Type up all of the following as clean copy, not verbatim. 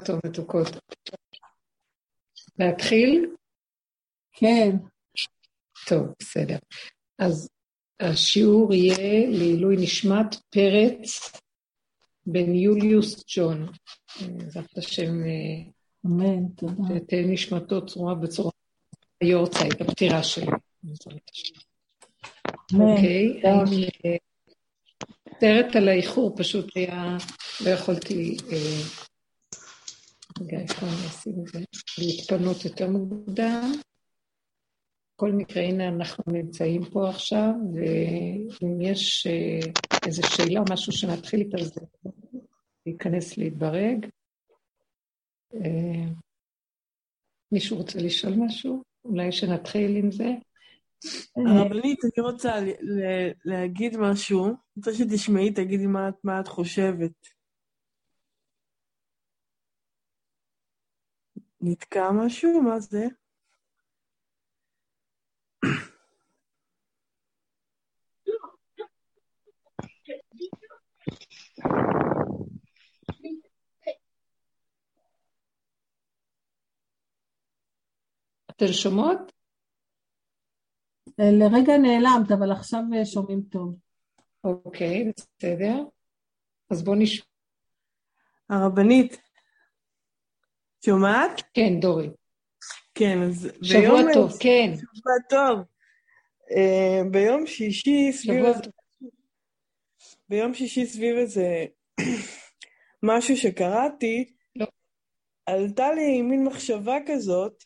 טוב, מתוקות. להתחיל? כן. טוב, בסדר. אז השיעור יהיה לעילוי נשמת פרץ בן יוליוס ג'ון. זאת השם, אמן, תודה. תהיה נשמתו צרורה בצורה היורצייט, הפטירה שלי. אוקיי, סרט על האיחור, פשוט היה, לא יכולתי, רגע, איפה אני אשים את זה? להתפנות יותר מוקדם. בכל מקרה, הנה אנחנו נמצאים פה עכשיו, ואם יש איזו שאלה או משהו שנתחיל איתה, אז להיכנס להתברג. מישהו רוצה לשאול משהו? אולי שנתחיל עם זה? הרבנית, אני רוצה להגיד משהו. אני רוצה שתשמעי, תגידי מה את חושבת. נתקע משהו? מה זה? אתן שומעות? לרגע נעלמת, אבל עכשיו שומעים טוב. אוקיי, בסדר. אז בוא נשמע. הרבנית, שומעת? כן, דורי. כן, אז שבוע טוב, כן. שבוע טוב. ביום שישי סביב איזה משהו שקראתי, לא. עלתה לי מין מחשבה כזאת,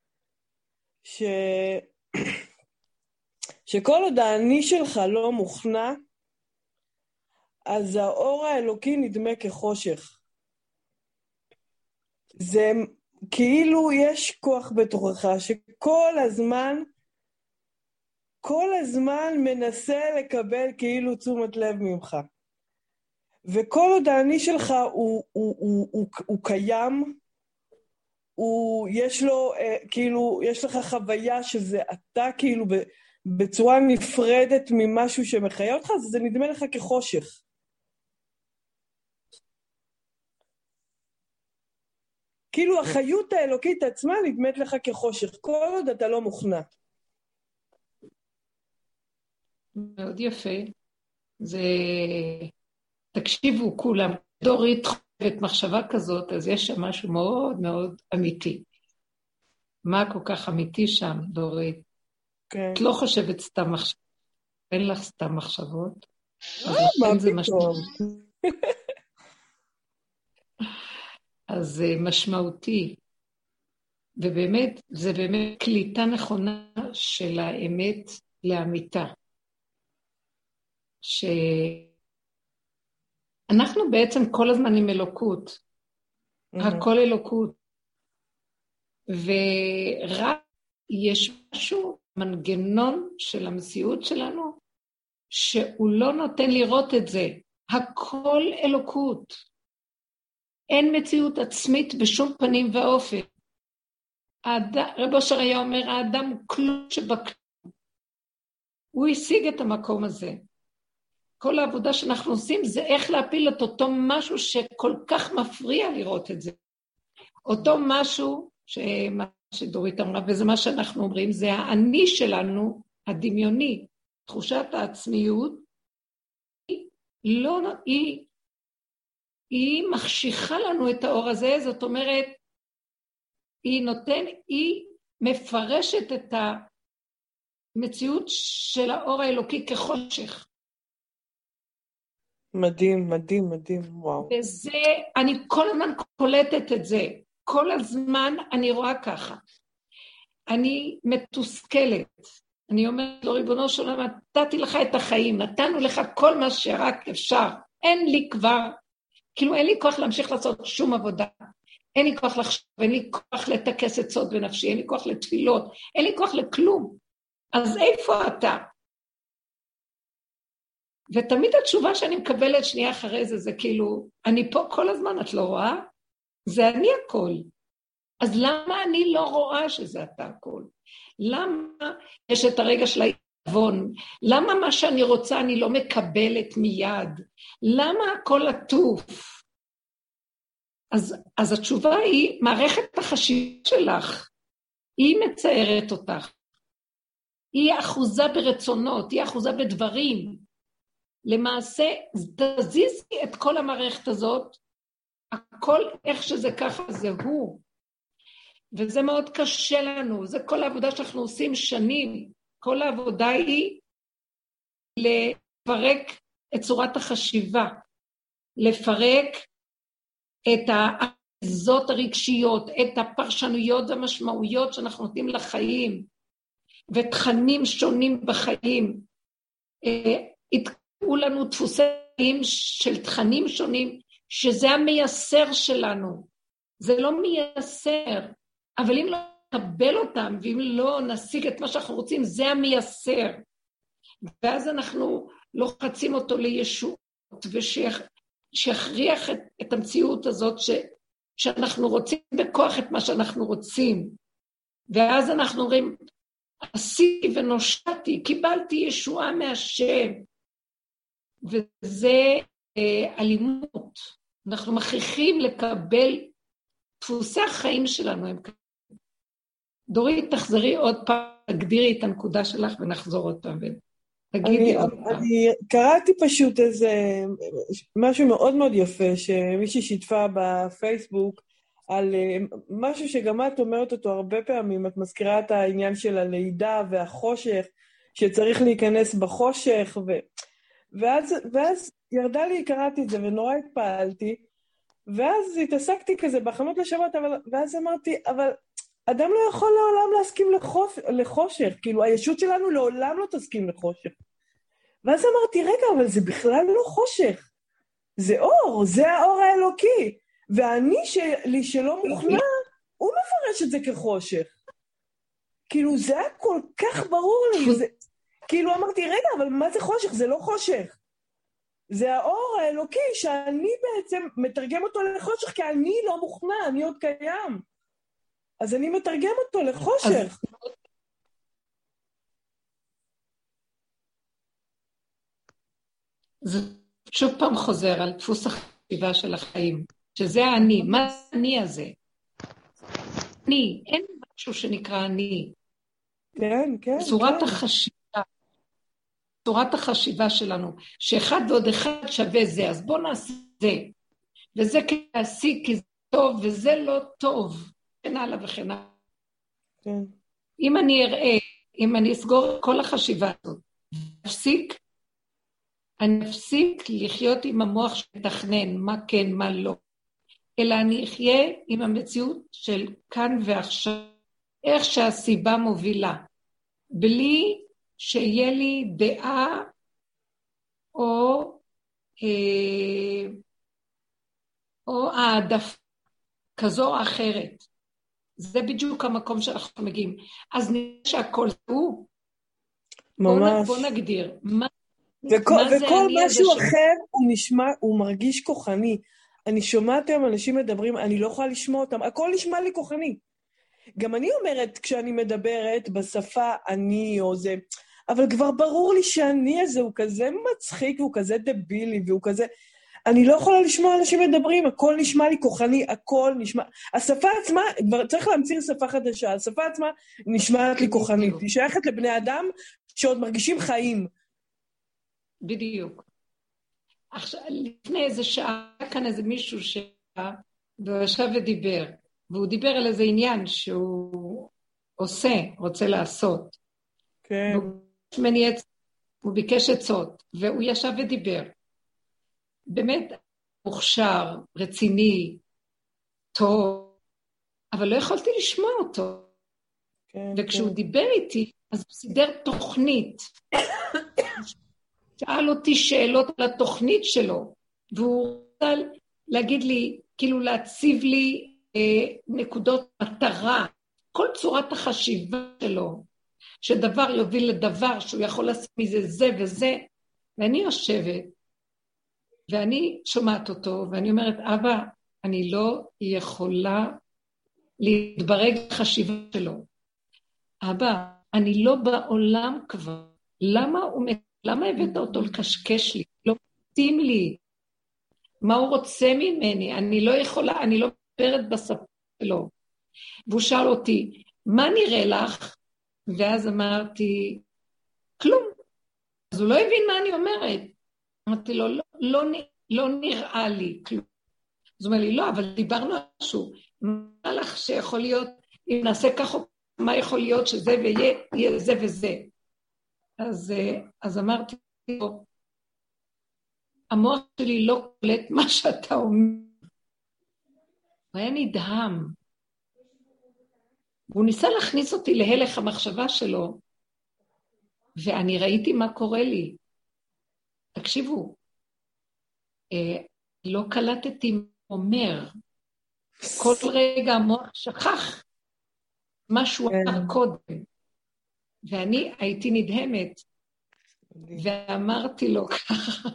שכל עוד האני שלך לא מוכנע, אז האור האלוקי נדמה כחושך. זה כאילו יש כוח בתוכך שכל הזמן מנסה לקבל כאילו תשומת לב ממך. וכל עוד האני שלך הוא קיים, יש לו כאילו, יש לך חוויה שזה אתה כאילו בצורה נפרדת ממשהו שמחיה אותך, אז זה נדמה לך כחושך. כאילו החיות האלוקית עצמה נדמת לך כחושך, כל עוד אתה לא מוכנע. מאוד יפה. זה, תקשיבו כולם, דורית חושבת מחשבה כזאת, אז יש שם משהו מאוד מאוד אמיתי. מה כל כך אמיתי שם, דורית? כן. את לא חושבת סתם מחשבות, אין לך סתם מחשבות. מה פתאום? אז זה משמעותי. ובאמת, זה באמת קליטה נכונה של האמת לאמיתה. שאנחנו בעצם כל הזמן עם אלוקות. הכל אלוקות. ורק יש משהו, מנגנון של המציאות שלנו, שהוא לא נותן לראות את זה. הכל אלוקות. אין מציאות עצמית בשום פנים ואופן. רב אושר היה אומר, האדם הוא כלום שבכלום. הוא השיג את המקום הזה. כל העבודה שאנחנו עושים זה איך להפיל את אותו משהו שכל כך מפריע לראות את זה. אותו משהו שמה שדורית אמרה, וזה מה שאנחנו אומרים, זה האני שלנו, הדמיוני, תחושת העצמיות, היא מחשיכה לנו את האור הזה, זאת אומרת, היא מפרשת את המציאות של האור האלוקי כחושך. מדהים, מדהים, מדהים, וואו. וזה, אני כל הזמן קולטת את זה, כל הזמן אני רואה ככה. אני מתוסכלת, אני אומרת לו, ריבונו של עולם, נתתי לך את החיים, נתנו לך כל מה שרק אפשר, אין לי כבר, כאילו אין לי כוח להמשיך לעשות שום עבודה, אין לי כוח לחשוב, אין לי כוח לתקס את סוד בנפשי, אין לי כוח לתפילות, אין לי כוח לכלום, אז איפה אתה? ותמיד התשובה שאני מקבלת שנייה אחרי זה, זה כאילו, אני פה כל הזמן, את לא רואה? זה אני הכל. אז למה אני לא רואה שזה אתה הכל? למה יש את הרגע של העיוון? למה מה שאני רוצה אני לא מקבלת מיד? למה הכל עטוף? אז התשובה היא, מערכת החשיבה שלך, היא מציירת אותך. היא אחוזה ברצונות, היא אחוזה בדברים. למעשה, תזיזי את כל המערכת הזאת, הכל איך שזה ככה זה הוא. וזה מאוד קשה לנו, זה כל העבודה שאנחנו עושים שנים. כל העבודה היא לפרק את צורת החשיבה, לפרק את האחיזות הרגשיות, את הפרשנויות והמשמעויות שאנחנו נותנים לחיים, ותכנים שונים בחיים. התקבלו לנו דפוסים של תכנים שונים, שזה המייסר שלנו. זה לא מייסר, אבל אם לא נקבל אותם, ואם לא נשיג את מה שאנחנו רוצים, זה המייסר. ואז אנחנו לוחצים אותו לישועות, שיכריח את המציאות הזאת, שאנחנו רוצים בכוח את מה שאנחנו רוצים. ואז אנחנו אומרים, עשיתי ונושעתי, קיבלתי ישועה מהשם. וזה אלימות. אנחנו מכריחים לקבל דפוסי החיים שלנו. דורית, תחזרי עוד פעם, תגדירי את הנקודה שלך ונחזור אותה. תגידי עוד פעם. אני קראתי פשוט איזה משהו מאוד מאוד יפה, שמישהי שיתפה בפייסבוק, על משהו שגם את אומרת אותו הרבה פעמים, את מזכירה את העניין של הלידה והחושך, שצריך להיכנס בחושך, ואז ירדה לי, קראתי את זה ונורא התפעלתי, ואז התעסקתי כזה בהכנות לשבת, ואז אמרתי, אבל אדם לא יכול לעולם להסכים לחושך, כאילו הישות שלנו לעולם לא תסכים לחושך. ואז אמרתי, רגע, אבל זה בכלל לא חושך, זה אור, זה האור האלוקי, ואני שלי שלא מוכנה, הוא מפרש את זה כחושך. כאילו זה היה כל כך ברור לי, זה, כאילו אמרתי, רגע, אבל מה זה חושך? זה לא חושך. זה האור האלוקי שאני בעצם מתרגם אותו לחושך, כי אני לא מוכנה, אני עוד קיים. אז אני מתרגם אותו לחושך. זה שוב פעם חוזר על דפוס החשיבה של החיים, שזה האני. מה זה האני הזה? אני, אין משהו שנקרא אני. כן, כן. צורת החשיבה, צורת החשיבה שלנו, שאחד ועוד אחד שווה זה, אז בוא נעשה זה. וזה כעשי, כי זה טוב, וזה לא טוב. כן הלאה וכן הלאה. כן. אם אני אראה, אם אני אסגור כל החשיבה הזאת, אני אפסיק לחיות עם המוח שמתכנן, מה כן, מה לא. אלא אני אחיה עם המציאות של כאן ועכשיו, איך שהסיבה מובילה, בלי שיהיה לי דעה או העדפה כזו או אחרת. זה בדיוק המקום שאנחנו מגיעים. אז נראה שהכל הוא. ממש. בוא נגדיר. וכל משהו אחר הוא נשמע, הוא מרגיש כוחני. אני שומעת היום אנשים מדברים, אני לא יכולה לשמוע אותם, הכל נשמע לי כוחני. גם אני אומרת, כשאני מדברת בשפה אני או זה, אבל כבר ברור לי שאני הזה הוא כזה מצחיק, והוא כזה דבילי, והוא כזה... אני לא יכולה לשמוע אנשים מדברים, הכל נשמע לי כוחני, הכל נשמע... השפה עצמה, כבר צריך להמציא שפה חדשה, השפה עצמה נשמעת לי כוחנית, היא שייכת לבני אדם שעוד מרגישים חיים. בדיוק. עכשיו, לפני איזה שעה, כאן איזה מישהו שישב ודיבר, והוא דיבר על איזה עניין שהוא רוצה לעשות. כן. הוא ביקש עצות, והוא ישב ודיבר. באמת מוכשר, רציני, טוב, אבל לא יכולתי לשמוע אותו. כן, וכשהוא כן. דיבר איתי, אז הוא סידר תוכנית. שאל אותי שאלות על התוכנית שלו, והוא רוצה להגיד לי, כאילו להציב לי נקודות מטרה, כל צורת החשיבה שלו, שדבר יוביל לדבר, שהוא יכול לעשות מזה זה וזה, ואני יושבת, ואני שומעת אותו, ואני אומרת, אבא, אני לא יכולה להתברג חשיבה שלו. אבא, אני לא בעולם כבר, למה הבאת אותו לקשקש לי? לא מתאים לי. מה הוא רוצה ממני? אני לא יכולה, אני לא מדברת בשפה שלו. והוא שאל אותי, מה נראה לך? ואז אמרתי, כלום. אז הוא לא הבין מה אני אומרת. אמרתי לו, לא נראה לי כלום. אז הוא אומר לי, לא, אבל דיברנו על משהו. מה לך שיכול להיות, אם נעשה ככה, מה יכול להיות שזה ויהיה זה וזה? אז אמרתי לו, המוח שלי לא קולט מה שאתה אומר. הוא היה נדהם. והוא ניסה להכניס אותי להלך המחשבה שלו, ואני ראיתי מה קורה לי. תקשיבו, לא קלטתי מה אומר. כל רגע המוח שכח מה שהוא אמר קודם. ואני הייתי נדהמת, ואמרתי לו ככה.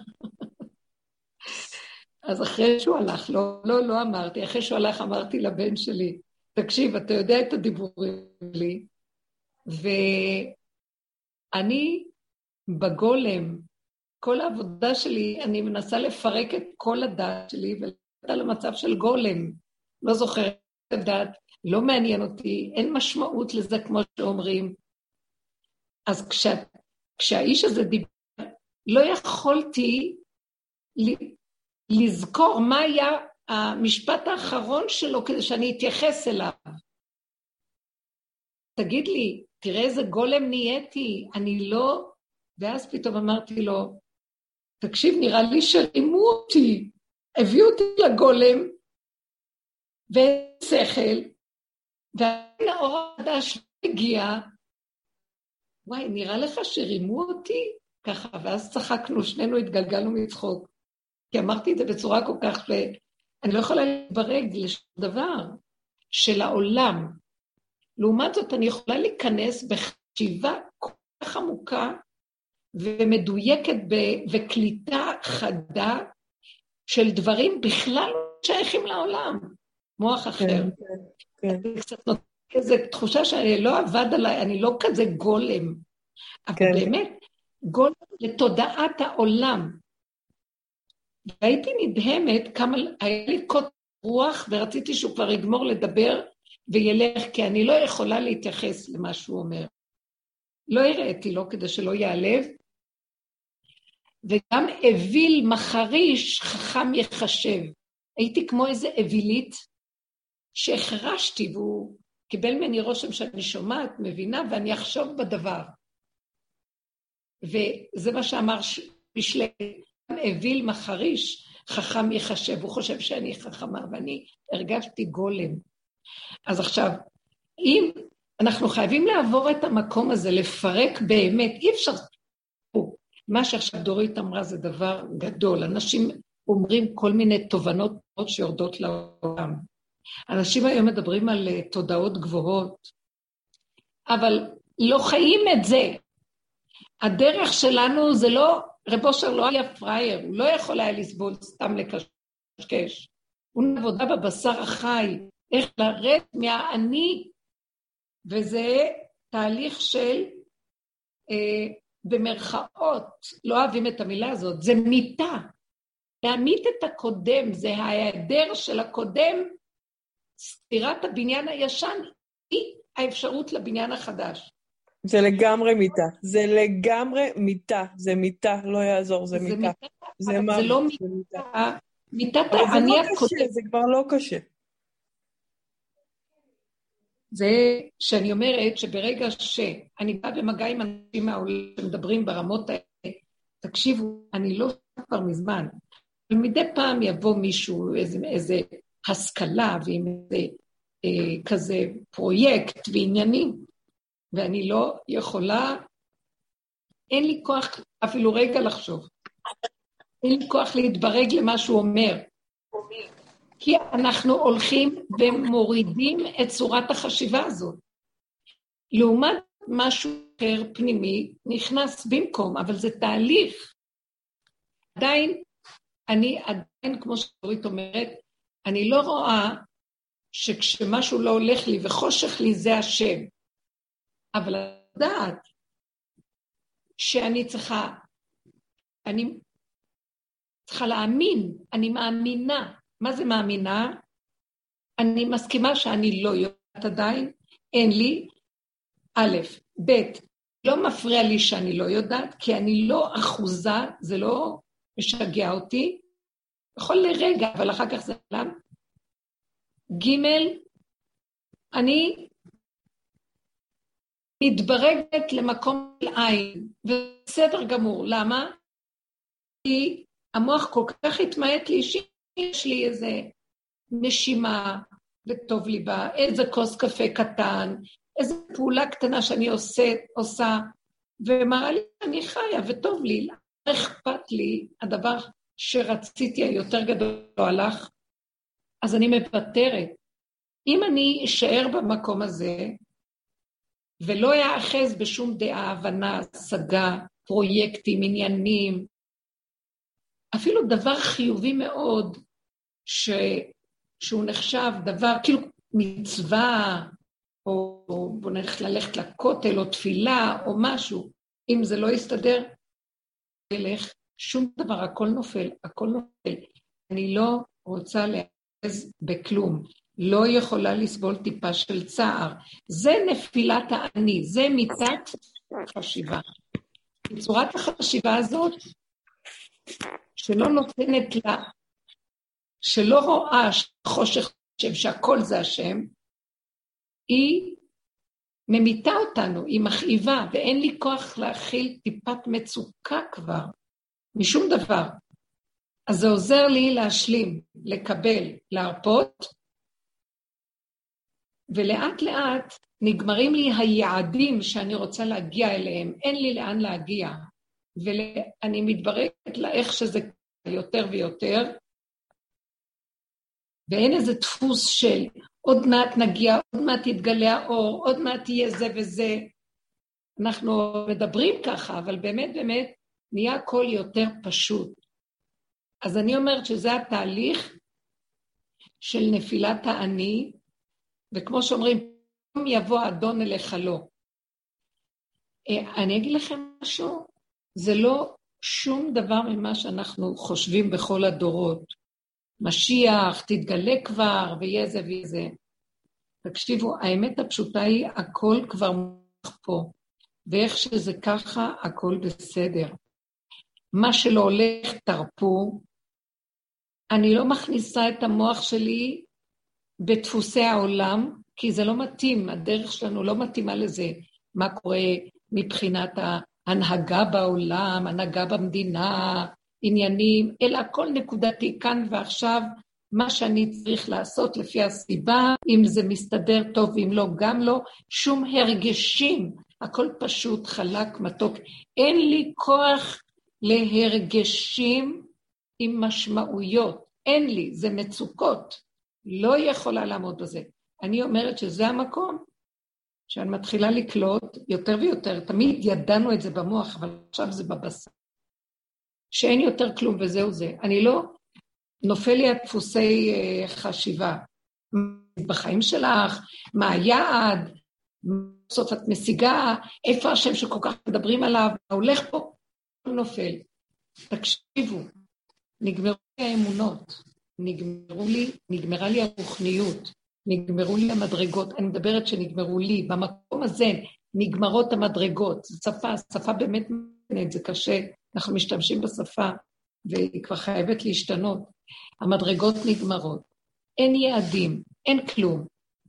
אז אחרי שהוא הלך, לא אמרתי, אחרי שהוא הלך אמרתי לבן שלי, תקשיב, אתה יודע את הדיבורים שלי, ואני בגולם, כל העבודה שלי, אני מנסה לפרק את כל הדעת שלי, ולדעת על המצב של גולם, לא זוכרת את הדעת, לא מעניין אותי, אין משמעות לזה כמו שאומרים. אז כשהאיש הזה דיבר, לא יכולתי לזכור מה היה המשפט האחרון שלו כדי שאני אתייחס אליו. תגיד לי, תראה איזה גולם נהייתי, אני לא... ואז פתאום אמרתי לו, תקשיב, נראה לי שרימו אותי, הביאו אותי לגולם, ושכל, והאור החדש הגיע, וואי, נראה לך שרימו אותי? ככה, ואז צחקנו, שנינו התגלגלנו מצחוק, כי אמרתי את זה בצורה כל כך, ואני לא יכולה להתברג לשום דבר של העולם. לעומת זאת, אני יכולה להיכנס בחשיבה כל כך עמוקה, ומדויקת וקליטה חדה, של דברים בכלל לא שייכים לעולם, מוח אחר. זה קצת נותן איזו תחושה שאני לא עבד עליי, אני לא כזה גולם, אבל באמת, גולם לתודעת העולם. והייתי נדהמת כמה, היה לי קוט רוח, ורציתי שהוא כבר יגמור לדבר וילך, כי אני לא יכולה להתייחס למה שהוא אומר. לא הראיתי לו כדי שלא יעלב, וגם אוויל מחריש חכם יחשב. הייתי כמו איזה אווילית שהחרשתי, והוא קיבל ממני רושם שאני שומעת, מבינה, ואני אחשוב בדבר. וזה מה שאמר בשלי, גם אוויל מחריש חכם יחשב, הוא חושב שאני חכמה, ואני הרגשתי גולם. אז עכשיו, אם אנחנו חייבים לעבור את המקום הזה, לפרק באמת, אי אפשר... מה שעכשיו דורית אמרה זה דבר גדול, אנשים אומרים כל מיני תובנות שיורדות לעולם. אנשים היום מדברים על תודעות גבוהות, אבל לא חיים את זה. הדרך שלנו זה לא, רב אושר לא היה פרייר, הוא לא יכול היה לסבול סתם לקשקש. הוא עבודה בבשר החי, איך לרדת מהאני, וזה תהליך של... במרכאות, לא אוהבים את המילה הזאת, זה מיטה. להמית את הקודם, זה ההיעדר של הקודם, סתירת הבניין הישן, היא האפשרות לבניין החדש. זה לגמרי מיטה, זה לגמרי מיטה, זה מיטה, לא יעזור, זה מיטה. זה לא מיטה, מיטת האני הקודם. זה כבר לא קשה. זה שאני אומרת שברגע שאני באה במגע עם אנשים מהעולם שמדברים ברמות האלה, תקשיבו, אני לא כבר מזמן, אבל מדי פעם יבוא מישהו, איזה השכלה ועם איזה כזה פרויקט ועניינים, ואני לא יכולה, אין לי כוח אפילו רגע לחשוב, אין לי כוח להתברג למה שהוא אומר, כי אנחנו הולכים ומורידים את צורת החשיבה הזאת. לעומת משהו אחר פנימי נכנס במקום, אבל זה תהליך. עדיין, כמו שדורית אומרת, אני לא רואה שכשמשהו לא הולך לי וחושך לי זה השם. אבל לדעת שאני צריכה, אני צריכה להאמין, אני מאמינה. מה זה מאמינה? אני מסכימה שאני לא יודעת עדיין, אין לי, א', ב', לא מפריע לי שאני לא יודעת, כי אני לא אחוזה, זה לא משגע אותי, יכול לרגע, אבל אחר כך זה עליו. ג', אני מתברגת למקום של עין, ובסדר גמור, למה? כי המוח כל כך התמעט לי, שיש לי איזה נשימה, וטוב לי בה, איזה כוס קפה קטן, איזו פעולה קטנה שאני עושה, ומראה לי שאני חיה, וטוב לי, לא אכפת לי, הדבר שרציתי היותר גדול לא הלך, אז אני מוותרת. אם אני אשאר במקום הזה, ולא יאחז בשום דעה, הבנה, השגה, פרויקטים, עניינים, אפילו דבר חיובי מאוד, שהוא נחשב דבר, כאילו מצווה, או בוא נלך ללכת לכותל, או תפילה, או משהו, אם זה לא יסתדר, ילך, שום דבר, הכל נופל, הכל נופל. אני לא רוצה להיאחז בכלום, לא יכולה לסבול טיפה של צער. זה נפילת האני, זה מיטת חשיבה. צורת החשיבה הזאת, שלא נותנת לה, שלא רואה חושך שם, שהכל זה השם, היא ממיתה אותנו, היא מכאיבה, ואין לי כוח להכיל טיפת מצוקה כבר, משום דבר. אז זה עוזר לי להשלים, לקבל, להרפות, ולאט לאט נגמרים לי היעדים שאני רוצה להגיע אליהם, אין לי לאן להגיע, ואני מתברכת לאיך שזה יותר ויותר, ואין איזה דפוס של עוד מעט נגיע, עוד מעט יתגלה האור, עוד מעט יהיה זה וזה. אנחנו מדברים ככה, אבל באמת באמת נהיה הכל יותר פשוט. אז אני אומרת שזה התהליך של נפילת האני, וכמו שאומרים, יבוא האדון אליך לא. אני אגיד לכם משהו, זה לא שום דבר ממה שאנחנו חושבים בכל הדורות. משיח, תתגלה כבר, ויהיה זה ויהיה זה. תקשיבו, האמת הפשוטה היא, הכל כבר מוח פה, ואיך שזה ככה, הכל בסדר. מה שלא הולך, תרפו. אני לא מכניסה את המוח שלי בדפוסי העולם, כי זה לא מתאים, הדרך שלנו לא מתאימה לזה. מה קורה מבחינת ההנהגה בעולם, הנהגה במדינה, עניינים, אלא הכל נקודתי כאן ועכשיו, מה שאני צריך לעשות לפי הסיבה, אם זה מסתדר טוב, אם לא, גם לא, שום הרגשים, הכל פשוט, חלק, מתוק. אין לי כוח להרגשים עם משמעויות, אין לי, זה מצוקות, לא יכולה לעמוד בזה. אני אומרת שזה המקום, שאני מתחילה לקלוט יותר ויותר, תמיד ידענו את זה במוח, אבל עכשיו זה בבשר. שאין יותר כלום וזהו זה. אני לא, נופל לי הדפוסי חשיבה. בחיים שלך, מה היעד, בסוף את משיגה, איפה השם שכל כך מדברים עליו, הולך פה, נופל. תקשיבו, נגמרו לי האמונות, נגמרה לי הרוחניות, נגמרו לי המדרגות, אני מדברת שנגמרו לי, במקום הזה נגמרות המדרגות, זו שפה באמת מעניינת, זה קשה, אנחנו משתמשים בשפה, והיא כבר חייבת להשתנות. המדרגות נגמרות. אין יעדים, אין כלום.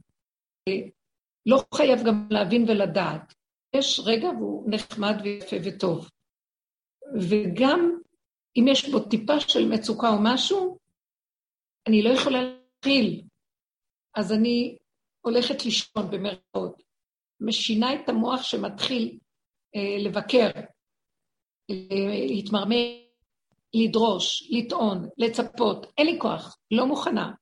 לא חייב גם להבין ולדעת. יש רגע והוא נחמד ויפה וטוב. וגם אם יש בו טיפה של מצוקה או משהו, אני לא יכולה להכיל. אז אני הולכת לישון במרכאות. משינה את המוח שמתחיל לבקר. להתמרמר, לדרוש, לטעון, לצפות, אין לי כוח, לא מוכנה.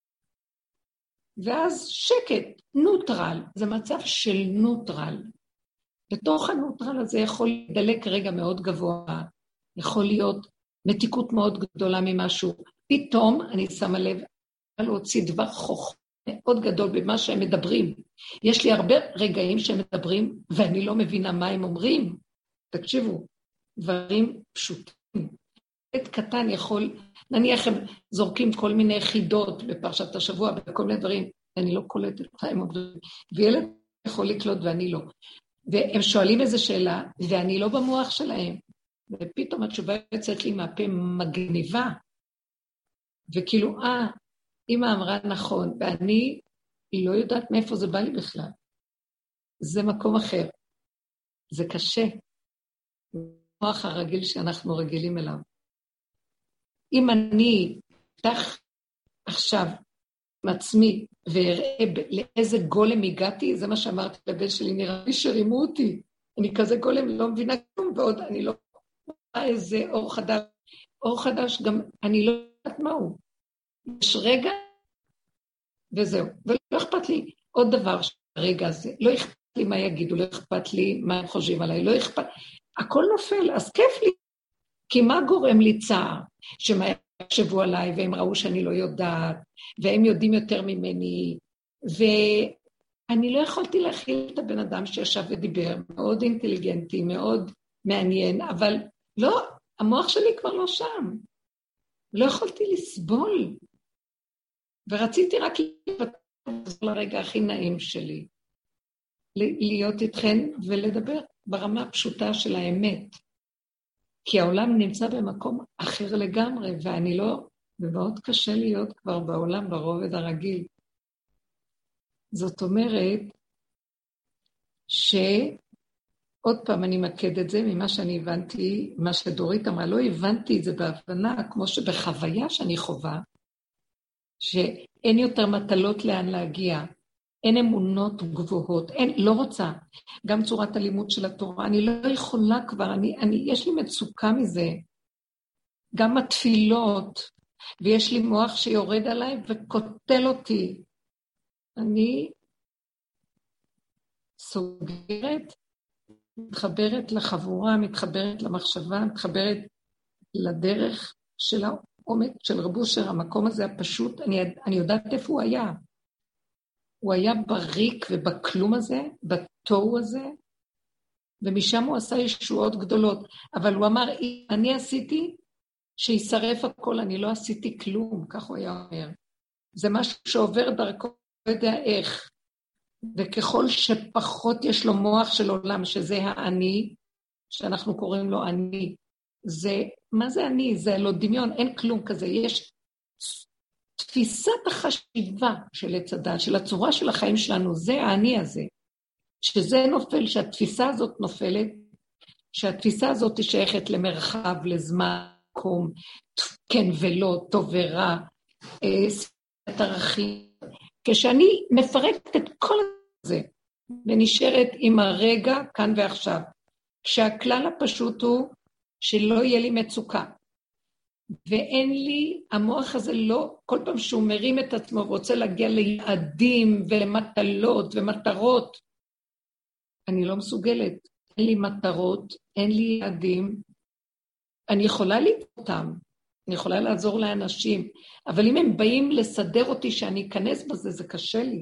ואז שקט, נוטרל, זה מצב של נוטרל. בתוך הנוטרל הזה יכול לדלק רגע מאוד גבוה, יכול להיות מתיקות מאוד גדולה ממשהו. פתאום אני שמה לב להוציא דבר חוכמה מאוד גדול במה שהם מדברים. יש לי הרבה רגעים שהם מדברים, ואני לא מבינה מה הם אומרים. תקשיבו. דברים פשוטים. קטן יכול, נניח הם זורקים כל מיני חידות בפרשת השבוע, בכל מיני דברים, אני לא קולטת אותה, הם עובדים, וילד יכול לקלוט ואני לא. והם שואלים איזו שאלה, ואני לא במוח שלהם, ופתאום התשובה יוצאת לי מהפה מגניבה, וכאילו, אמא אמרה נכון, ואני לא יודעת מאיפה זה בא לי בכלל. זה מקום אחר. זה קשה. המוח הרגיל שאנחנו רגילים אליו. אם אני אפתח עכשיו מעצמי ואראה לאיזה גולם הגעתי, זה מה שאמרתי לבן שלי, נראה לי שרימו אותי. אני כזה גולם, לא מבינה כלום, ועוד אני לא רואה איזה אור חדש. אור חדש גם, אני לא יודעת מהו. יש רגע, וזהו. ולא אכפת לי עוד דבר שהרגע הזה. לא אכפת לי מה יגידו, לא אכפת לי מה הם חושבים עליי, לא אכפת. הכל נופל, אז כיף לי. כי מה גורם לי צער? שמה יחשבו עליי, והם ראו שאני לא יודעת, והם יודעים יותר ממני, ואני לא יכולתי להכיל את הבן אדם שישב ודיבר, מאוד אינטליגנטי, מאוד מעניין, אבל לא, המוח שלי כבר לא שם. לא יכולתי לסבול. ורציתי רק לוותר לרגע הכי נעים שלי, להיות איתכן ולדבר ברמה הפשוטה של האמת. כי העולם נמצא במקום אחר לגמרי, ואני לא, ומאוד קשה להיות כבר בעולם ברובד הרגיל. זאת אומרת, שעוד פעם אני מקד את זה ממה שאני הבנתי, מה שדורית אמרה, לא הבנתי את זה בהבנה, כמו שבחוויה שאני חובה, שאין יותר מטלות לאן להגיע, אין אמונות גבוהות, לא רוצה, גם צורת הלימוד של התורה, אני לא יכולה כבר, יש לי מצוקה מזה, גם התפילות, ויש לי מוח שיורד עליי וקוטל אותי, אני סוגרת, מתחברת לחבורה, מתחברת למחשבה, מתחברת לדרך של העומק של רב אושר, המקום הזה הפשוט, אני יודעת איפה הוא היה, הוא היה בריק ובכלום הזה, בתוהו הזה, ומשם הוא עשה ישועות גדולות. אבל הוא אמר, אני עשיתי שישרף הכל, אני לא עשיתי כלום, כך הוא היה אומר. זה משהו שעובר דרכו, לא יודע איך. וככל שפחות יש לו מוח של עולם, שזה האני, שאנחנו קוראים לו אני, מה זה אני? זה לא דמיון, אין כלום כזה, יש תפיסת החשיבה של הצדה, של הצורה של החיים שלנו, זה האני הזה. שזה נופל, שהתפיסה הזאת נופלת, שהתפיסה הזאת שייכת למרחב, לזמן, מקום, כן ולא, טוב ורע, ספירת ערכים. כשאני מפרקת את כל זה, ונשארת עם הרגע כאן ועכשיו, כשהכלל הפשוט הוא שלא יהיה לי מצוקה. ואין לי, המוח הזה לא, כל פעם שהוא מרים את עצמו ורוצה להגיע ליעדים ולמטלות ומטרות, אני לא מסוגלת, אין לי מטרות, אין לי יעדים, אני יכולה אותם, אני יכולה לעזור לאנשים, אבל אם הם באים לסדר אותי שאני אכנס בזה, זה קשה לי.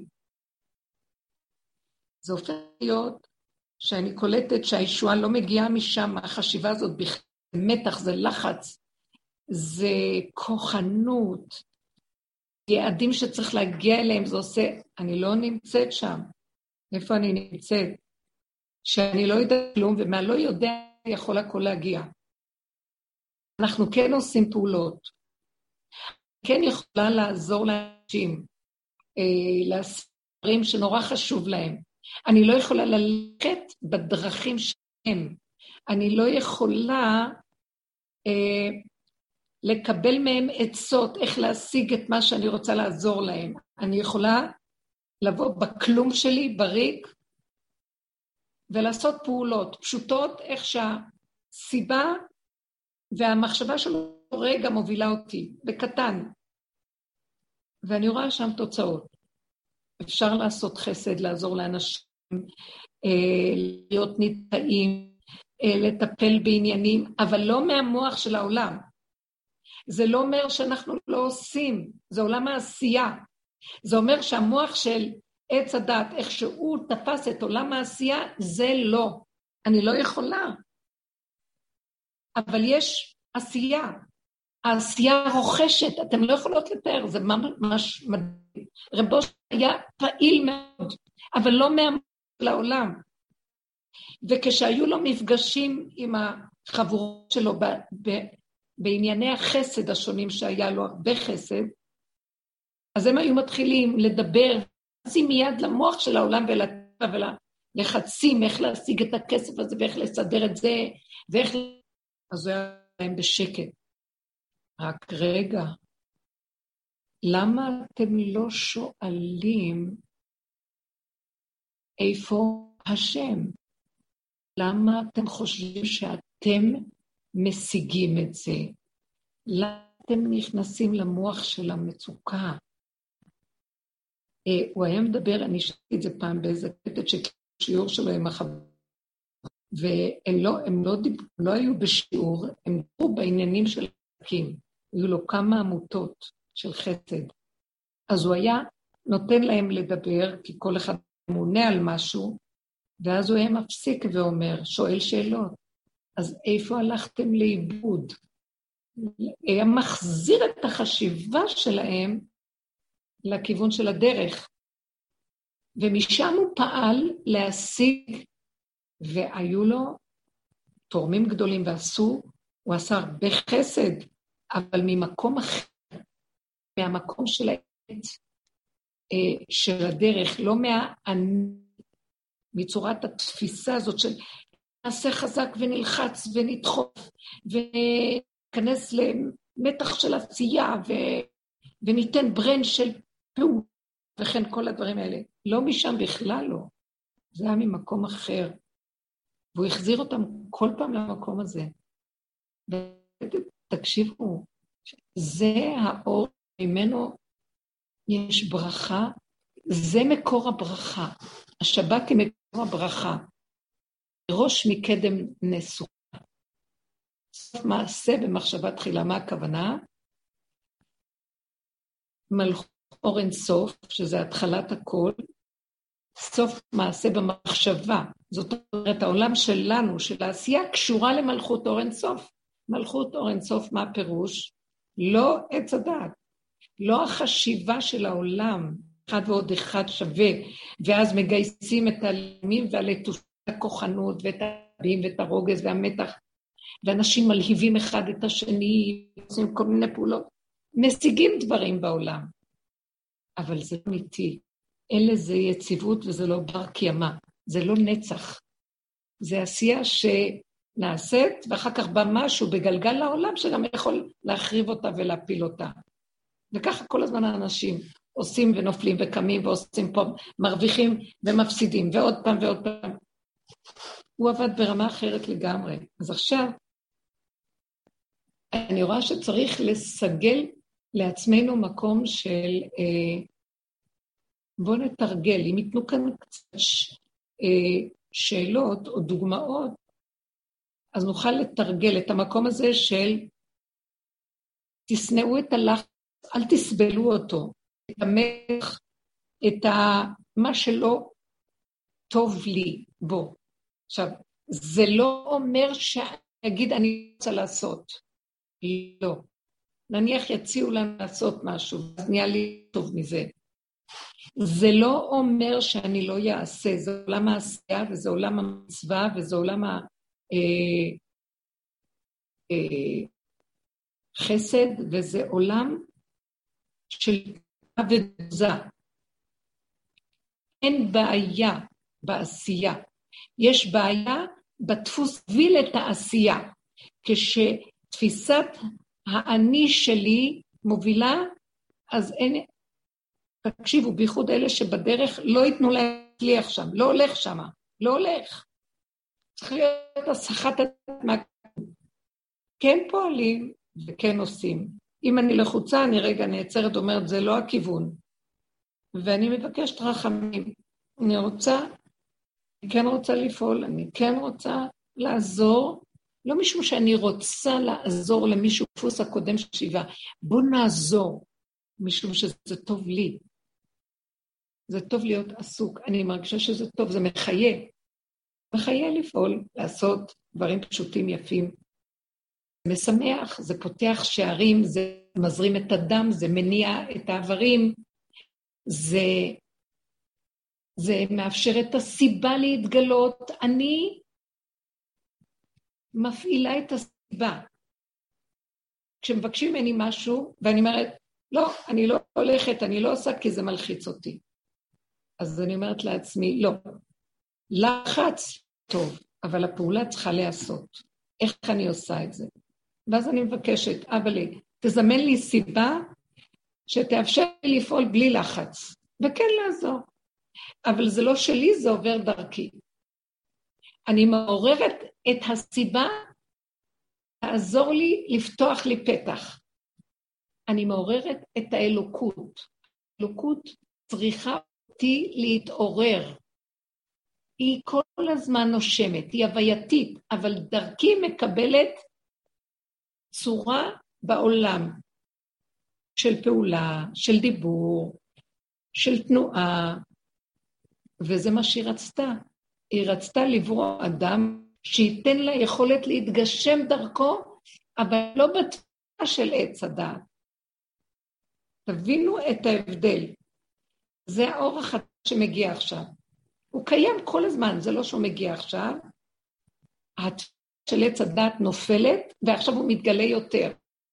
זה הופך להיות שאני קולטת שהישועה לא מגיעה משם, החשיבה הזאת בכלל, מתח, זה לחץ, זה כוחנות, יעדים שצריך להגיע אליהם, זה עושה, אני לא נמצאת שם. איפה אני נמצאת? שאני לא יודעת כלום, ומה לא יודע יכול הכל להגיע. אנחנו כן עושים פעולות, כן יכולה לעזור לאנשים, לספרים שנורא חשוב להם. אני לא יכולה ללכת בדרכים שלהם. אני לא יכולה לקבל מהם עצות איך להשיג את מה שאני רוצה לעזור להם. אני יכולה לבוא בכלום שלי, בריק, ולעשות פעולות פשוטות, איך שהסיבה והמחשבה שלו רגע מובילה אותי, בקטן. ואני רואה שם תוצאות. אפשר לעשות חסד, לעזור לאנשים, להיות ניטאים, לטפל בעניינים, אבל לא מהמוח של העולם. זה לא אומר שאנחנו לא עושים, זה עולם העשייה. זה אומר שהמוח של עץ הדת, איך שהוא תפס את עולם העשייה, זה לא. אני לא יכולה. אבל יש עשייה, העשייה רוכשת, אתם לא יכולות לתאר, זה ממש מדהים. רבו היה פעיל מאוד, אבל לא מהמון לעולם. וכשהיו לו מפגשים עם החבורות שלו בענייני החסד השונים שהיה לו הרבה חסד, אז הם היו מתחילים לדבר, לשים מיד למוח של העולם ולטבע ולחצים, איך להשיג את הכסף הזה ואיך לסדר את זה, ואיך... אז הוא היה להם בשקט. רק רגע, למה אתם לא שואלים איפה השם? למה אתם חושבים שאתם משיגים את זה? למה אתם נכנסים למוח של המצוקה? הוא היה מדבר, אני שמעתי את זה פעם באיזה קטע שיעור שלו עם החבר, והם לא היו בשיעור, הם דיברו בעניינים של עסקים, היו לו כמה עמותות של חסד. אז הוא היה נותן להם לדבר, כי כל אחד מונה על משהו, ואז הוא היה מפסיק ואומר, שואל שאלות, אז איפה הלכתם לאיבוד? היה מחזיר את החשיבה שלהם לכיוון של הדרך, ומשם הוא פעל להשיג, והיו לו תורמים גדולים ועשו, הוא עשה הרבה חסד, אבל ממקום אחר, מהמקום של העת, של הדרך, לא מצורת התפיסה הזאת של נעשה חזק ונלחץ ונדחוף, ונכנס למתח של עשייה, וניתן ברן של פעול, וכן כל הדברים האלה. לא משם בכלל לא. זה היה ממקום אחר. והוא החזיר אותם כל פעם למקום הזה. ותקשיבו, זה האור ממנו יש ברכה, זה מקור הברכה. השבת היא מקור הברכה. ראש מקדם נסוכה. סוף מעשה במחשבה תחילה, מה הכוונה? מלכות אור אין סוף, שזה התחלת הכל, סוף מעשה במחשבה. זאת אומרת, העולם שלנו, של העשייה, קשורה למלכות אור אין סוף. מלכות אור אין סוף, מה הפירוש? לא עץ הדעת, לא החשיבה של העולם, אחד ועוד אחד שווה, ואז מגייסים את הלמים והלטוש, הכוחנות ואת הרבים ואת הרוגז והמתח, ואנשים מלהיבים אחד את השני, עושים כל מיני פעולות, משיגים דברים בעולם, אבל זה לא אמיתי, אין לזה יציבות וזה לא בר קיימא, זה לא נצח, זה עשייה שנעשית, ואחר כך בא משהו בגלגל לעולם, שגם יכול להחריב אותה ולהפיל אותה. וככה כל הזמן האנשים עושים ונופלים וקמים ועושים פה, מרוויחים ומפסידים, ועוד פעם ועוד פעם. הוא עבד ברמה אחרת לגמרי. אז עכשיו, אני רואה שצריך לסגל לעצמנו מקום של, בוא נתרגל, אם ייתנו כאן קצת שאלות או דוגמאות, אז נוכל לתרגל את המקום הזה של, תסנאו את הלחץ, אל תסבלו אותו, את המח, את מה שלא טוב לי בו. עכשיו, זה לא אומר שאני אגיד אני רוצה לעשות. לא. נניח יציעו לנו לעשות משהו, אז נהיה לי טוב מזה. זה לא אומר שאני לא יעשה, זה עולם העשייה, וזה עולם המצווה, וזה עולם חסד, וזה עולם של ודוזה. אין בעיה בעשייה. יש בעיה בדפוס ויל את העשייה. כשתפיסת האני שלי מובילה, אז אין... תקשיבו, בייחוד אלה שבדרך לא ייתנו להצליח שם, לא הולך שם, לא הולך. צריך להיות הסחת כן פועלים וכן עושים. אם אני לחוצה, אני רגע נעצרת, אומרת, זה לא הכיוון. ואני מבקשת רחמים. אני כן רוצה לפעול, אני כן רוצה לעזור, לא משום שאני רוצה לעזור למישהו דפוס הקודם של שיבה. בוא נעזור, משום שזה טוב לי. זה טוב להיות עסוק. אני מרגישה שזה טוב, זה מחיה. מחיה לפעול, לעשות דברים פשוטים יפים. משמח, זה פותח שערים, זה מזרים את הדם, זה מניע את העברים, זה מאפשר את הסיבה להתגלות. אני מפעילה את הסיבה. כשמבקשים ממני משהו, ואני אומרת, לא, אני לא הולכת, אני לא עושה כי זה מלחיץ אותי. אז אני אומרת לעצמי, לא, לחץ טוב, אבל הפעולה צריכה לעשות. איך אני עושה את זה? ואז אני מבקשת, אבל תזמן לי סיבה שתאפשר לי לפעול בלי לחץ, וכן לעזור. אבל זה לא שלי, זה עובר דרכי. אני מעוררת את הסיבה, תעזור לי לפתוח לי פתח. אני מעוררת את האלוקות. האלוקות צריכה אותי להתעורר. היא כל הזמן נושמת, היא הווייתית, אבל דרכי מקבלת צורה בעולם של פעולה, של דיבור, של תנועה, וזה מה שהיא רצתה. היא רצתה לברוא אדם שייתן לה יכולת להתגשם דרכו, אבל לא בתפיסה של עץ הדעת. תבינו את ההבדל. זה האור החדש שמגיע עכשיו. הוא קיים כל הזמן, זה לא שהוא מגיע עכשיו. התפיסה של עץ הדעת נופלת, ועכשיו הוא מתגלה יותר.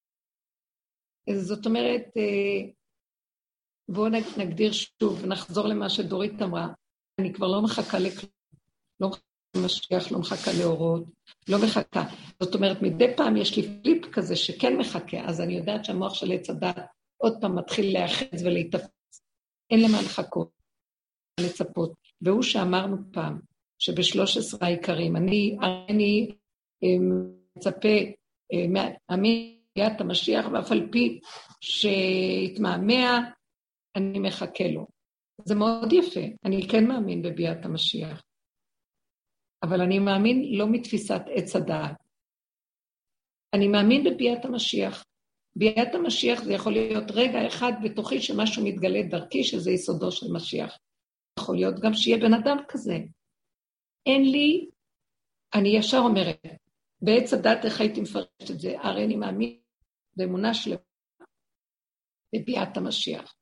זאת אומרת, בואו נגדיר שוב, נחזור למה שדורית אמרה. אני כבר לא מחכה לכלום, לא מחכה למשיח, לא מחכה לאורות, לא מחכה. זאת אומרת, מדי פעם יש לי פליפ כזה שכן מחכה, אז אני יודעת שהמוח של עץ הדעת עוד פעם מתחיל להאחז ולהתאפס. אין למה לחכות, לצפות. והוא שאמרנו פעם, שב13 העיקרים, אני מצפה מהביאת המשיח, ואף על פי שהתמהמה, אני מחכה לו. זה מאוד יפה, אני כן מאמין בביאת המשיח. אבל אני מאמין לא מתפיסת עץ הדעת. אני מאמין בביאת המשיח. ביאת המשיח זה יכול להיות רגע אחד בתוכי שמשהו מתגלה דרכי, שזה יסודו של משיח. יכול להיות גם שיהיה בן אדם כזה. אין לי, אני ישר אומרת, בעץ הדעת איך הייתי מפרשת את זה, הרי אני מאמין באמונה שלמה בביאת המשיח.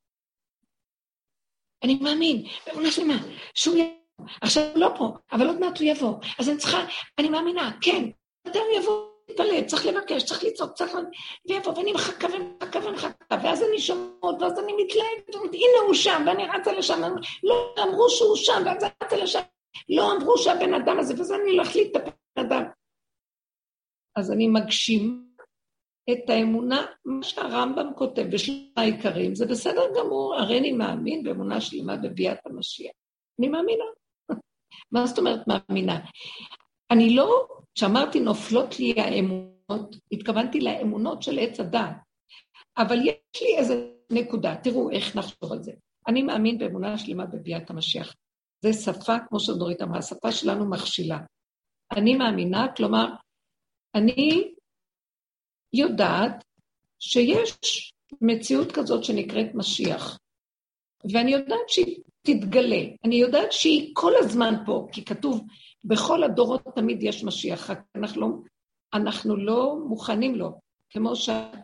אני מאמין באמונה שלמה שהוא יבוא, עכשיו הוא לא פה, אבל עוד מעט הוא יבוא, אז אני מאמינה, כן, מתי הוא יבוא, להתפלל, צריך לבקש, צריך לצעוק, ויבוא, ואני מחכה ומחכה, ואז אני שומעות, ואז אני מתלהבת, הנה הוא שם, ואני רצה לשם, לא אמרו שהוא שם, ואז אני רצה לשם, לא אמרו שהבן אדם הזה, ואז אני להחליט את הבן אדם. אז אני מגשים את האמונה, מה שהרמב"ם כותב בשלושה העיקרים, זה בסדר גמור, הרי אני מאמין באמונה שלמה בביאת המשיח. אני מאמינה. מה זאת אומרת מאמינה? אני לא, כשאמרתי נופלות לי האמונות, התכוונתי לאמונות של עץ הדעת, אבל יש לי איזו נקודה, תראו איך נחשוב על זה. אני מאמין באמונה שלמה בביאת המשיח. זה שפה, כמו שדורית אמרה, השפה שלנו מכשילה. אני מאמינה, כלומר, אני יודעת שיש מציאות כזאת שנקראת משיח, ואני יודעת שהיא תתגלה, אני יודעת שהיא כל הזמן פה, כי כתוב, בכל הדורות תמיד יש משיח, אנחנו לא מוכנים לו, כמו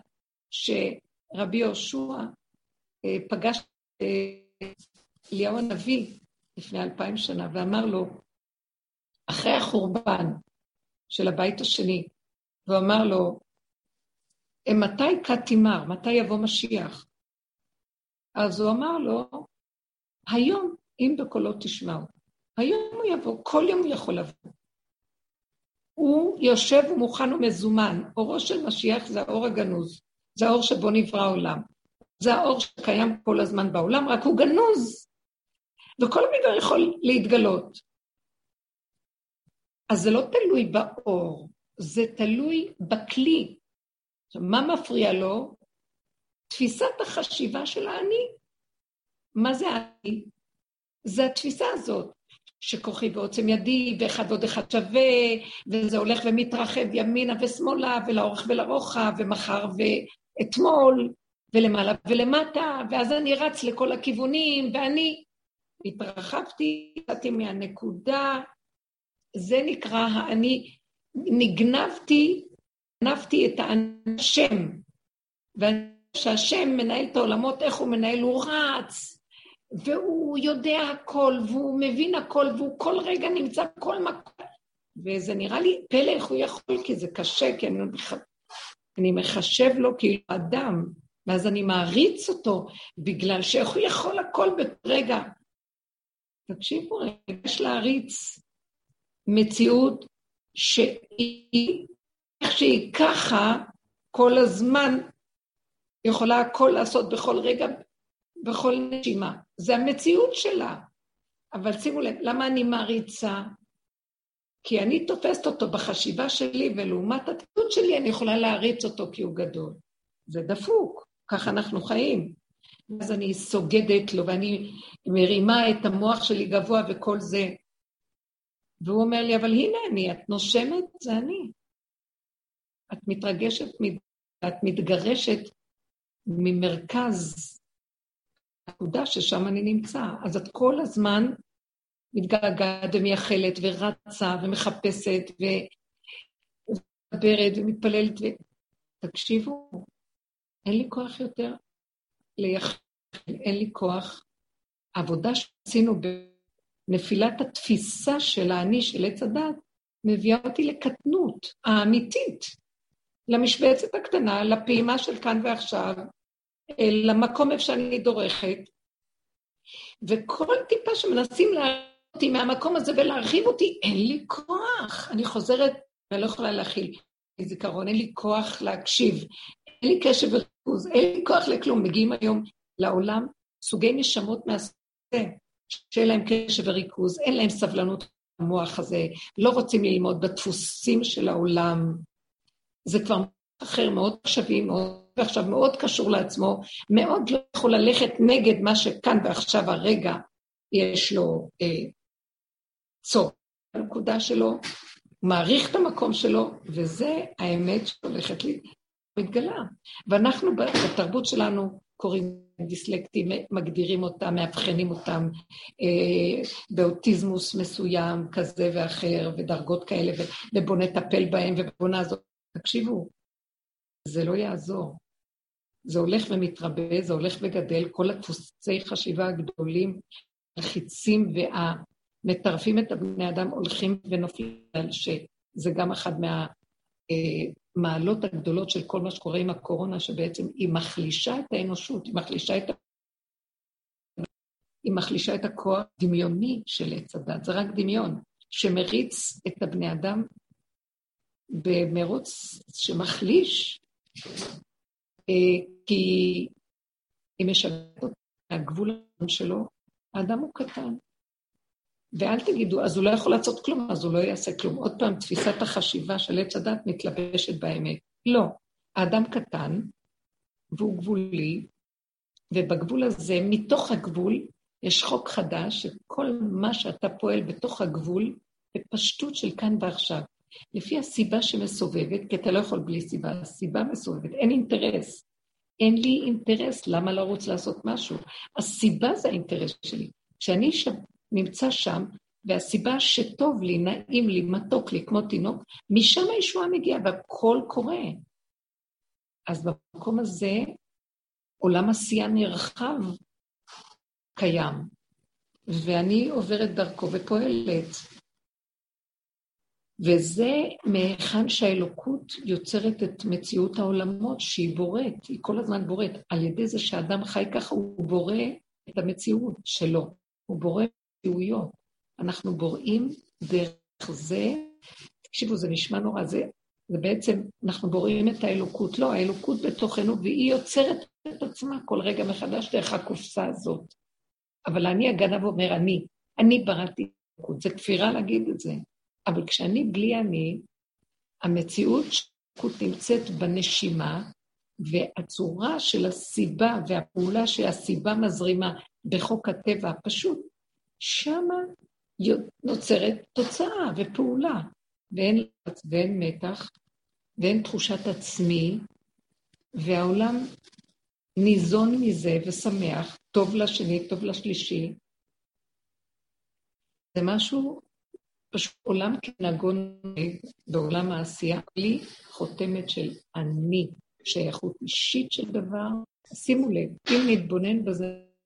שרבי יהושע פגש אליהו הנביא לפני 2000 שנה, ואמר לו, אחרי החורבן של הבית השני, והוא אמר לו, מתי כתימר, מתי יבוא משיח? אז הוא אמר לו, היום, אם בקולו תשמעו, היום הוא יבוא, כל יום הוא יכול לבוא. הוא יושב ומוכן ומזומן, אורו של משיח זה האור הגנוז, זה האור שבו נברא העולם, זה האור שקיים כל הזמן בעולם, רק הוא גנוז, וכל מיני יכול להתגלות. אז זה לא תלוי באור, זה תלוי בכלי. עכשיו, מה מפריע לו? תפיסת החשיבה של האני. מה זה האני? זה התפיסה הזאת, שכוחי ועוצם ידי, ואחד ועוד אחד שווה, וזה הולך ומתרחב ימינה ושמאלה, ולאורך ולרוחב, ומחר ואתמול, ולמעלה ולמטה, ואז אני רץ לכל הכיוונים, ואני התרחבתי, יצאתי מהנקודה, זה נקרא האני, נגנבתי נפתי את השם, שהשם מנהל את העולמות, איך הוא מנהל, הוא רץ, והוא יודע הכל, והוא מבין הכל, והוא כל רגע נמצא בכל מקום, וזה נראה לי פלא איך הוא יכול, כי זה קשה, כי אני מחשב לו כאילו אדם, ואז אני מעריץ אותו, בגלל שאיך הוא יכול הכל ברגע. תקשיבו, יש להריץ מציאות שהיא, איך שהיא ככה, כל הזמן יכולה הכל לעשות בכל רגע, בכל נשימה. זה המציאות שלה. אבל שימו לב, למה אני מעריצה? כי אני תופסת אותו בחשיבה שלי, ולעומת התפקוד שלי אני יכולה להריץ אותו כי הוא גדול. זה דפוק, ככה אנחנו חיים. אז אני סוגדת לו, ואני מרימה את המוח שלי גבוה וכל זה. והוא אומר לי, אבל הנה אני, את נושמת, זה אני. את מתרגשת, את מתגרשת ממרכז הנקודה ששם אני נמצא. אז את כל הזמן מתגעגעת ומייחלת ורצה ומחפשת ומדברת ומתפללת. תקשיבו, אין לי כוח יותר לייחל, אין לי כוח. העבודה שעשינו בנפילת התפיסה של האני של עץ הדת, מביאה אותי לקטנות האמיתית, למשבצת הקטנה, לפעימה של כאן ועכשיו, למקום איפה שאני דורכת, וכל טיפה שמנסים להרחיב אותי מהמקום הזה ולהרחיב אותי, אין לי כוח. אני חוזרת ולא יכולה להכיל זיכרון, אין לי כוח להקשיב, אין לי קשב וריכוז, אין לי כוח לכלום. מגיעים היום לעולם סוגי נשמות מהסוג, שאין להם קשב וריכוז, אין להם סבלנות במוח הזה, לא רוצים ללמוד בדפוסים של העולם. זה כבר אחר, מאוד שווים, מאוד, ועכשיו מאוד קשור לעצמו, מאוד לא יכול ללכת נגד מה שכאן ועכשיו הרגע יש לו צור. הנקודה שלו, הוא מעריך את המקום שלו, וזה האמת שהולכת לי מתגלה. ואנחנו בתרבות שלנו קוראים דיסלקטים, מגדירים אותם, מאבחנים אותם, באוטיזמוס מסוים כזה ואחר, ודרגות כאלה, ובוא נטפל בהם, ובוא נעזור. תקשיבו, זה לא יעזור. זה הולך ומתרבה, זה הולך וגדל, כל הדפוסי חשיבה הגדולים, החיצים והמטרפים את הבני אדם הולכים ונופלים, שזה גם אחד מהמעלות הגדולות של כל מה שקורה עם הקורונה, שבעצם היא מחלישה את האנושות, היא מחלישה את הכוח דמיוני של עץ הדת, זה רק דמיון, שמריץ את הבני אדם במרוץ שמחליש, כי היא משגעת אותה מהגבול שלו, האדם הוא קטן. ואל תגידו, אז הוא לא יכול לעשות כלום, אז הוא לא יעשה כלום. עוד פעם, תפיסת החשיבה של עץ הדת מתלבשת באמת. לא, האדם קטן, והוא גבולי, ובגבול הזה, מתוך הגבול, יש חוק חדש, שכל מה שאתה פועל בתוך הגבול, בפשטות של כאן ועכשיו. לפי הסיבה שמסובבת, כי אתה לא יכול בלי סיבה, הסיבה מסובבת, אין אינטרס. אין לי אינטרס, למה לא רוצה לעשות משהו? הסיבה זה האינטרס שלי. כשאני נמצא שם, והסיבה שטוב לי, נעים לי, מתוק לי, כמו תינוק, משם הישועה מגיעה, והכל קורה. אז במקום הזה, עולם עשייה נרחב קיים, ואני עוברת דרכו ופועלת. וזה מהיכן שהאלוקות יוצרת את מציאות העולמות שהיא בוראת, היא כל הזמן בוראת. על ידי זה שהאדם חי ככה, הוא בורא את המציאות שלו, הוא בורא מציאויות. אנחנו בוראים דרך זה, תקשיבו, זה נשמע נורא, זה בעצם, אנחנו בוראים את האלוקות, לא, האלוקות בתוכנו, והיא יוצרת את עצמה כל רגע מחדש דרך הקופסה הזאת. אבל אני הגנב אומר, אני בראתי אלוקות, זה כפירה להגיד את זה. אבל כשאני בלי אני, המציאות שהאלוקות נמצאת בנשימה, והצורה של הסיבה והפעולה שהסיבה מזרימה בחוק הטבע הפשוט, שמה נוצרת תוצאה ופעולה, ואין מתח, ואין תחושת עצמי, והעולם ניזון מזה ושמח, טוב לשני, טוב לשלישי. זה משהו פשוט עולם כנגון בעולם העשייה, בלי חותמת של אני, שייכות אישית של דבר. שימו לב, אם נתבונן בזה,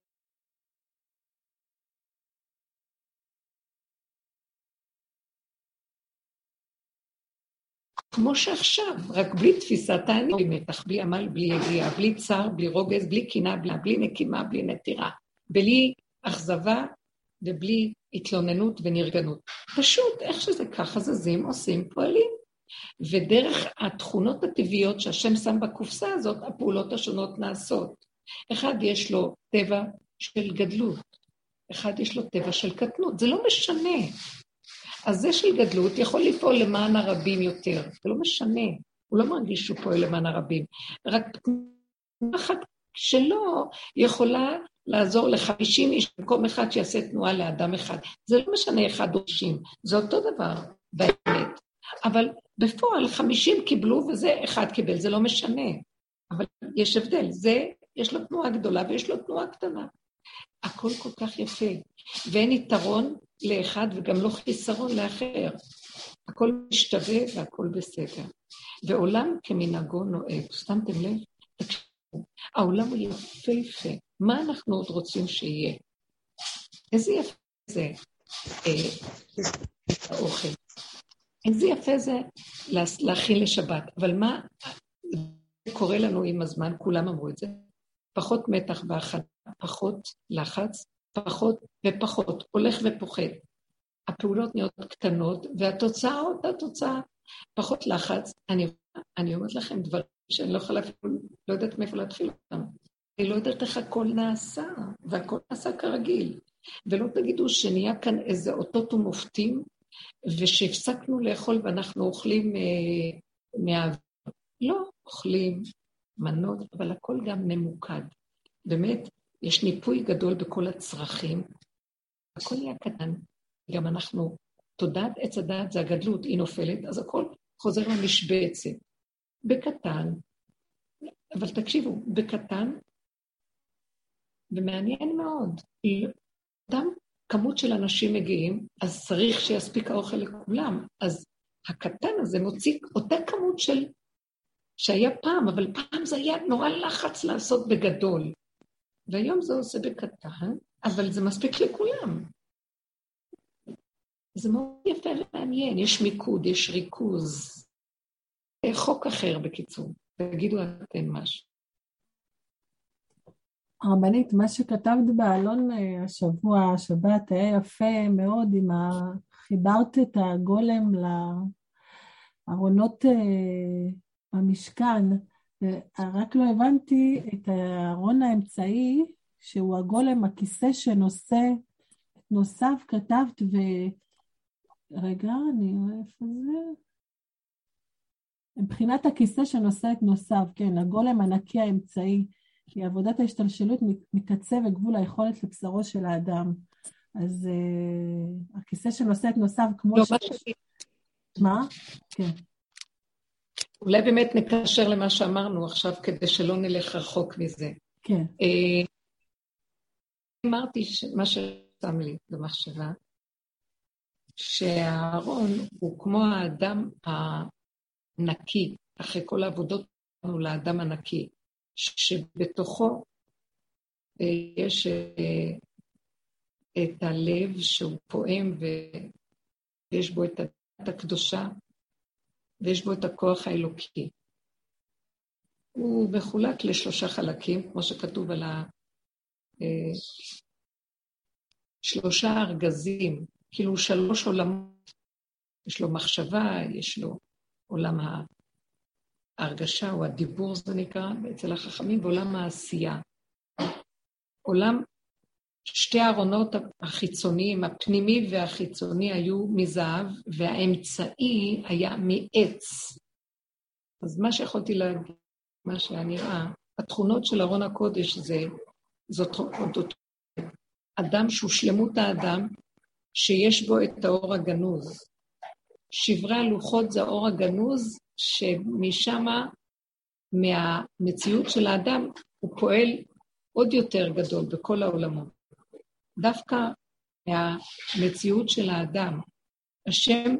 כמו שעכשיו, רק בלי תפיסת האני, בלי מתח, בלי עמל, בלי יגיעה, בלי צער, בלי רוגז, בלי קינה, בלי נקימה, בלי נטירה, בלי אכזבה ובלי התלוננות ונרגנות. פשוט, איך שזה ככה זזים, עושים, פועלים. ודרך התכונות הטבעיות שהשם שם בקופסה הזאת, הפעולות השונות נעשות. אחד יש לו טבע של גדלות, אחד יש לו טבע של קטנות, זה לא משנה. אז זה של גדלות יכול לפעול למען הרבים יותר, זה לא משנה, הוא לא מרגיש שהוא פועל למען הרבים, רק תנועה אחת שלו יכולה לעזור ל50 איש, במקום אחד שיעשה תנועה לאדם אחד, זה לא משנה אחד או 90, זה אותו דבר באמת, אבל בפועל 50 קיבלו וזה אחד קיבל, זה לא משנה, אבל יש הבדל, זה יש לו תנועה גדולה ויש לו תנועה קטנה, הכל כל כך יפה, ואין יתרון לאחד וגם לא חיסרון לאחר. הכל משתווה והכל בסדר. ועולם כמנהגו נוהג. שמתם לב? תקשיבו. העולם הוא יפהפה. מה אנחנו עוד רוצים שיהיה? איזה יפה זה האוכל. איזה יפה זה להכין לשבת. אבל מה קורה לנו עם הזמן? כולם אמרו את זה. פחות מתח בהכנה, פחות לחץ, פחות ופחות, הולך ופוחת. הפעולות נהיות קטנות, והתוצאה אותה תוצאה, פחות לחץ. אני אומרת לכם דברים שאני לא יכולה אפילו, לא יודעת מאיפה להתחיל אותם. אני לא יודעת איך הכל נעשה, והכל נעשה כרגיל. ולא תגידו שנהיה כאן איזה אותות ומופתים, ושהפסקנו לאכול ואנחנו אוכלים לא אוכלים מנות, אבל הכל גם ממוקד. באמת, יש ניפוי גדול בכל הצרכים, הכל נהיה קטן, גם אנחנו, תודעת עץ הדעת זה הגדלות, היא נופלת, אז הכל חוזר למשבצת, בקטן, אבל תקשיבו, בקטן, ומעניין מאוד, אותם כמות של אנשים מגיעים, אז צריך שיספיק האוכל לכולם, אז הקטן הזה מוציא אותה כמות של, שהיה פעם, אבל פעם זה היה נורא לחץ לעשות בגדול, והיום זה עושה בקטן, אבל זה מספיק לכולם. זה מאוד יפה ומעניין, יש מיקוד, יש ריכוז. חוק אחר בקיצור, תגידו אתן משהו. הרבנית, מה שכתבת בעלון השבוע, השבת, היה יפה מאוד, חיברת את הגולם לארונות המשכן, רק לא הבנתי את הארון האמצעי, שהוא הגולם, הכיסא שנושא את נוסף, כתבת רגע, אני רואה איפה זה. מבחינת הכיסא שנושא את נוסף, כן, הגולם הנקי האמצעי, כי עבודת ההשתלשלות מקצה וגבול היכולת לבשרו של האדם. אז הכיסא שנושא את נוסף כמו לא, מה? כן. אולי באמת נקשר למה שאמרנו עכשיו, כדי שלא נלך רחוק מזה. כן. אמרתי מה ששם לי במחשבה, שהארון הוא כמו האדם הנקי, אחרי כל העבודות שלנו לאדם הנקי, שבתוכו יש את הלב שהוא פועם ויש בו את הדת הקדושה ויש בו את הכוח האלוקי. הוא מחולק לשלושה חלקים, כמו שכתוב על שלושה ארגזים, כאילו 3 עולמות, יש לו מחשבה, יש לו עולם ההרגשה או הדיבור זה נקרא, אצל החכמים, ועולם העשייה. עולם, 2 הארונות החיצוניים, הפנימי והחיצוני היו מזהב, והאמצעי היה מעץ. אז מה שיכולתי להגיד, מה שנראה, התכונות של ארון הקודש זאת אדם שהוא שלמות האדם, שיש בו את האור הגנוז. שברי הלוחות זה האור הגנוז, שמשם, מהמציאות של האדם, הוא פועל עוד יותר גדול בכל העולמות. דווקא מהמציאות של האדם, השם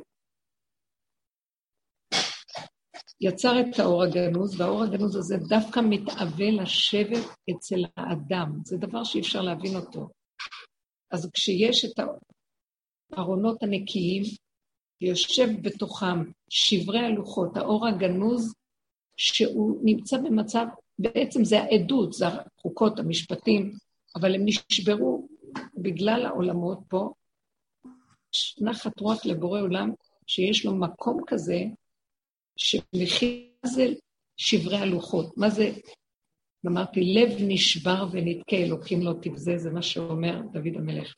יצר את האור הגנוז, והאור הגנוז הזה דווקא מתאווה לשבת אצל האדם. זה דבר שאי אפשר להבין אותו. אז כשיש את הארונות הנקיים, ויושב בתוכם שברי הלוחות, האור הגנוז, שהוא נמצא במצב, בעצם זה העדות, זה החוקות, המשפטים, אבל הם נשברו בגלל העולמות פה, נחת רוח לבורא עולם, שיש לו מקום כזה, שמכיל זה שברי הלוחות. מה זה? אמרתי, לב נשבר ונתקה, אלוקים לא תבזה, זה מה שאומר דוד המלך.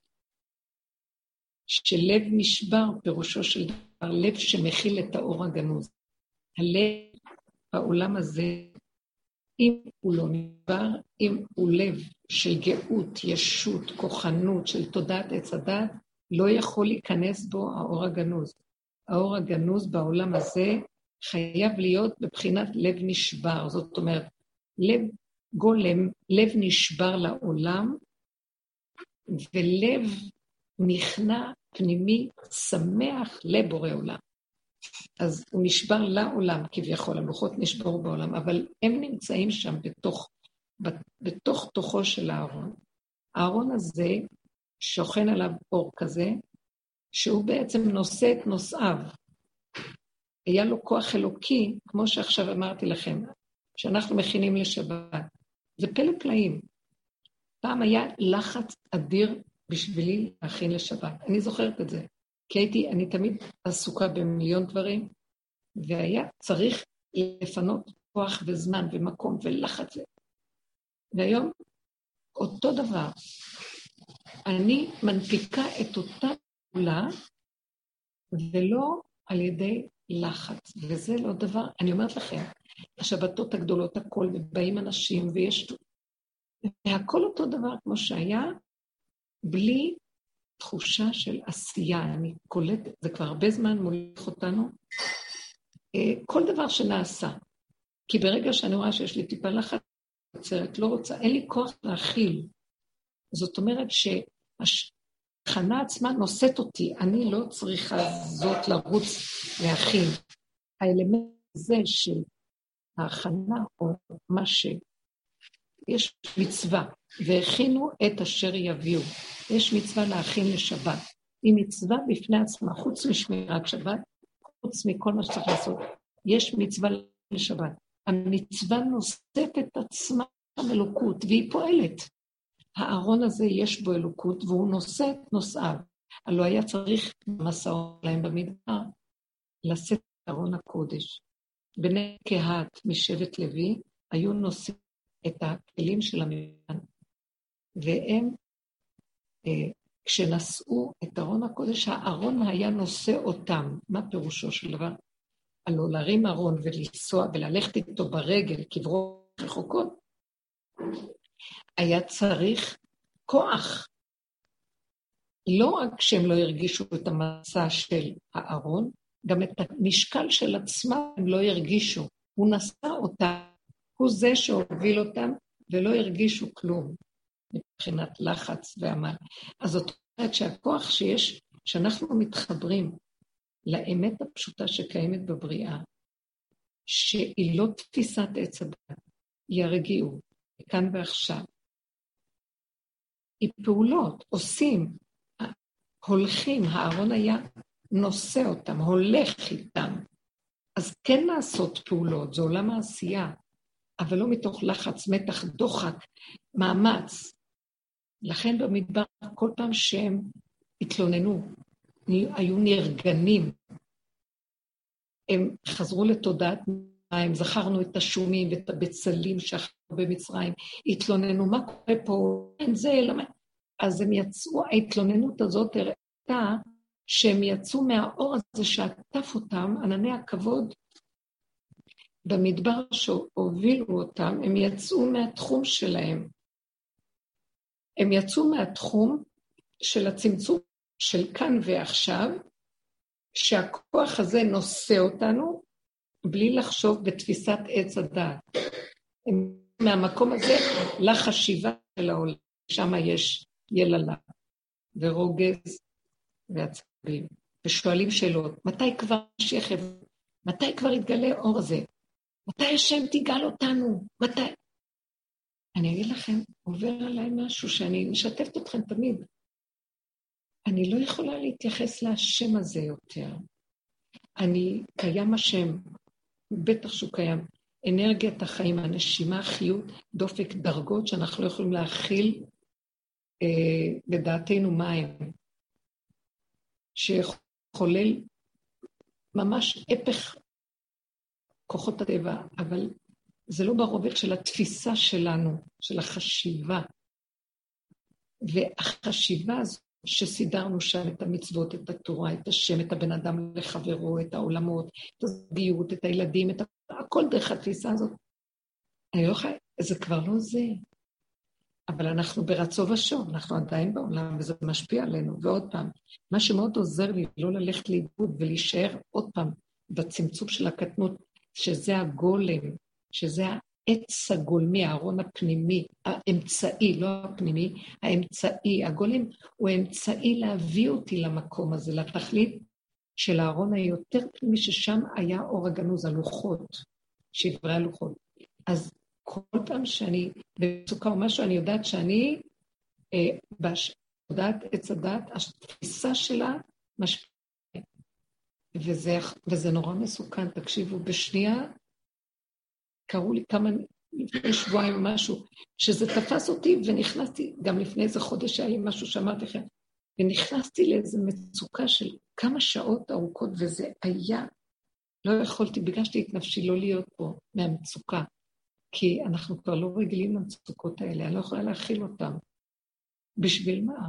שלב נשבר, פירושו של דבר, לב שמכיל את האור הגנוז. הלב בעולם הזה, אם הוא לא נשבר, אם הוא לב של גאות, ישות, כוחנות, של תודעת עץ הדת, לא יכול להיכנס בו האור הגנוז. האור הגנוז בעולם הזה חייב להיות בבחינת לב נשבר. זאת אומרת, לב גולם, לב נשבר לעולם, ולב נכנע פנימי שמח לבורא עולם. אז הוא נשבר לעולם כביכול, הלוחות נשברו בעולם, אבל הם נמצאים שם בתוך תוכו של הארון. הארון הזה שוכן עליו אור כזה, שהוא בעצם נושא את נושאיו. היה לו כוח אלוקי, כמו שעכשיו אמרתי לכם, שאנחנו מכינים לשבת. זה פלא פלאים. פעם היה לחץ אדיר בשבילי להכין לשבת. אני זוכרת את זה. כי אני תמיד עסוקה במיליון דברים, והיה צריך לפנות כוח וזמן ומקום ולחץ. והיום אותו דבר. אני מנפיקה את אותה פעולה, ולא על ידי לחץ. וזה לא דבר, אני אומרת לכם, השבתות הגדולות הכל, ובאים אנשים ויש... והכל אותו דבר כמו שהיה, בלי תחושה של עשייה. אני קולטת, זה כבר הרבה זמן מוליך אותנו, כל דבר שנעשה. כי ברגע שאני רואה שיש לי טיפה לחץ, לא רוצה, אין לי כוח להכיל. זאת אומרת שההכנה עצמה נושאת אותי, אני לא צריכה זאת לרוץ להכיל. האלמנט הזה של ההכנה, או מה יש מצווה, והכינו את אשר יביאו. יש מצווה להכין לשבת. היא מצווה בפני עצמה, חוץ משמירת שבת, חוץ מכל מה שצריך לעשות. יש מצווה לשבת. המצווה נושאת את עצמה אלוקות, והיא פועלת. הארון הזה יש בו אלוקות, והוא נושא את נושאיו. הלוא היה צריך מסעות להם במדבר, לשאת את ארון הקודש. בני קהת משבט לוי, היו נושאים את הכלים של המבן, והם, כשנשאו את ארון הקודש, הארון היה נושא אותם. מה פירושו של דבר? הלוא להרים ארון ולנסוע וללכת איתו ברגל, קברות רחוקות, היה צריך כוח. לא רק שהם לא הרגישו את המסע של הארון, גם את המשקל של עצמם הם לא הרגישו. הוא נשא אותם, הוא זה שהוביל אותם, ולא הרגישו כלום, מבחינת לחץ ועמל. אז זאת אומרת שהכוח שיש, שאנחנו מתחברים לאמת הפשוטה שקיימת בבריאה, שהיא לא תפיסת עץ הדת, היא הרגיעות, כאן ועכשיו. היא פעולות, עושים, הולכים, הארון היה נושא אותם, הולך איתם. אז כן לעשות פעולות, זה עולם העשייה, אבל לא מתוך לחץ, מתח, דוחק, מאמץ. לכן במדבר, כל פעם שהם התלוננו, היו נרגנים, הם חזרו לתודעת מים, זכרנו את השומים ואת הבצלים שאכלנו במצרים, התלוננו, מה קורה פה? אין זה, למה? אז הם יצאו, ההתלוננות הזאת הראתה שהם יצאו מהאור הזה שעטף אותם, ענני הכבוד, במדבר שהובילו אותם, הם יצאו מהתחום שלהם. הם יצאו מהתחום של הצמצום של כאן ועכשיו, שהכוח הזה נושא אותנו, בלי לחשוב בתפיסת עץ הדעת. מהמקום הזה לחשיבה של העולם, שם יש יללה ורוגז ועצבים. ושואלים שאלות, מתי כבר שכב, מתי כבר יתגלה אור הזה? מתי השם תיגל אותנו? מתי? אני אגיד לכם, עובר עליי משהו שאני משתפת אתכם תמיד. אני לא יכולה להתייחס להשם הזה יותר. קיים השם, בטח שהוא קיים. אנרגיית החיים, הנשימה, חיות, דופק, דרגות שאנחנו לא יכולים להכיל בדעתנו מה הם. שחולל ממש הפך כוחות הטבע, אבל זה לא ברובד של התפיסה שלנו, של החשיבה. והחשיבה הזו שסידרנו שם את המצוות, את התורה, את השם, את הבן אדם לחברו, את העולמות, את הזוגיות, את הילדים, הכל דרך התפיסה הזאת. אני לא יכולה, זה כבר לא זה. אבל אנחנו ברצו ושוב, אנחנו עדיין בעולם, וזה משפיע עלינו. ועוד פעם, מה שמאוד עוזר לי לא ללכת לאיבוד ולהישאר עוד פעם בצמצום של הקטנות, שזה הגולם, שזה העץ הגולמי, הארון הפנימי, האמצעי, לא הפנימי, האמצעי. הגולם הוא האמצעי להביא אותי למקום הזה, לתכלית של הארון היותר פנימי, ששם היה אור הגנוז, הלוחות, שברי הלוחות. אז כל פעם שאני במצוקה או משהו, אני יודעת שאני, יודעת עץ הדת, התפיסה שלה משפיעה. וזה נורא מסוכן, תקשיבו, בשנייה, קראו לי כמה, לפני שבועיים משהו, שזה תפס אותי ונכנסתי, גם לפני איזה חודש היה לי משהו שאמרתי לכם, ונכנסתי לאיזו מצוקה של כמה שעות ארוכות, וזה היה, לא יכולתי, ביקשתי את נפשי לא להיות פה מהמצוקה, כי אנחנו כבר לא רגילים למצוקות האלה, אני לא יכולה להכיל אותם. בשביל מה?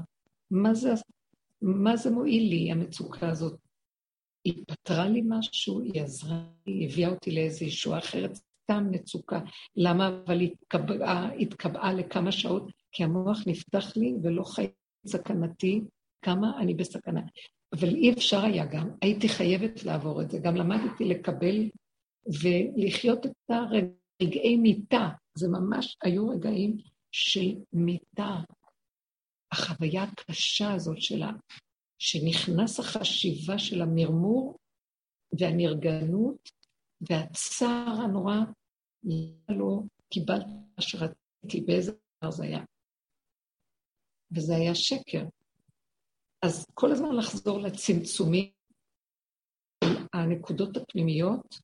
מה זה מועיל לי, המצוקה הזאת? היא פתרה לי משהו, היא עזרה לי, היא הביאה אותי לאיזו ישועה אחרת, סתם מצוקה. למה? אבל התקבעה לכמה שעות, כי המוח נפתח לי ולא חי סכנתי, כמה אני בסכנה. אבל אי אפשר היה גם, הייתי חייבת לעבור את זה, גם למדתי לקבל ולחיות את רגעי מיטה, זה ממש היו רגעים של מיטה. החוויה הקשה הזאת שלה, שנכנס החשיבה של המרמור והנרגנות והצער הנורא, לא קיבלתי מה שרציתי, באיזה דבר זה היה. וזה היה שקר. אז כל הזמן לחזור לצמצומים, הנקודות הפנימיות,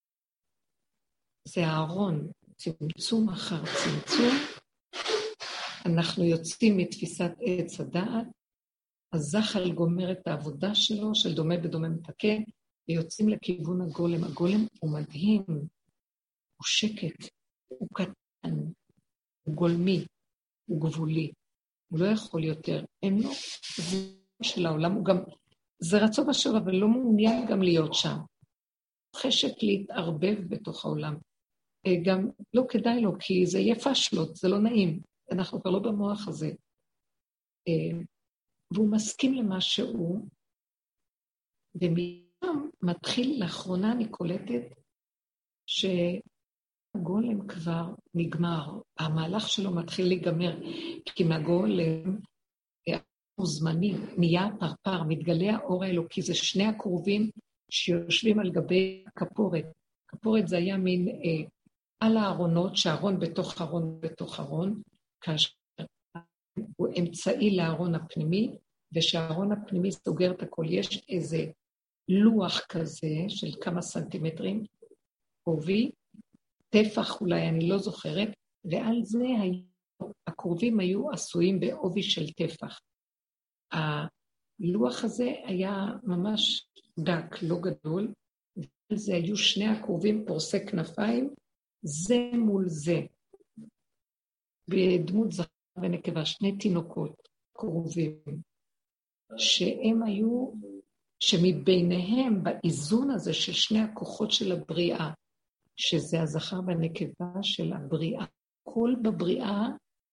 זה הארון, צמצום אחר צמצום, אנחנו יוצאים מתפיסת עץ הדעת, הזחל גומר את העבודה שלו, של דומה בדומה מתקן, ויוצאים לכיוון הגולם. הגולם הוא מדהים, הוא שקט, הוא קטן, הוא גולמי, הוא גבולי, הוא לא יכול יותר, אין לו, זה של העולם, הוא גם, זה רצו בשור, אבל לא מעוניין גם להיות שם. חשק להתערבב בתוך העולם. גם לא כדאי לו, כי זה יהיה פשלות, זה לא נעים. אנחנו כבר לא במוח הזה. והוא מסכים למה שהוא, ומשם מתחיל, לאחרונה אני קולטת, שהגולם כבר נגמר, המהלך שלו מתחיל להיגמר, כי מהגולם, הוא זמני, נהיה פרפר, מתגלה האור האלוקי, זה שני הקרובים שיושבים על גבי הכפורת. הכפורת זה היה מין על הארונות, שהארון בתוך ארון בתוך ארון, כאשר הוא אמצעי לארון הפנימי, ושהארון הפנימי סוגר את הכל. יש איזה לוח כזה של כמה סנטימטרים, קרובי, טפח אולי, אני לא זוכרת, ועל זה הקרובים היו עשויים בעובי של טפח. הלוח הזה היה ממש דק, לא גדול, ועל זה היו שני הקרובים פורסי כנפיים, זה מול זה. בדמות זכר ונקבה, שני תינוקות קרובים, שהם היו, שמביניהם באיזון הזה של שני הכוחות של הבריאה, שזה הזכר והנקבה של הבריאה, כל בבריאה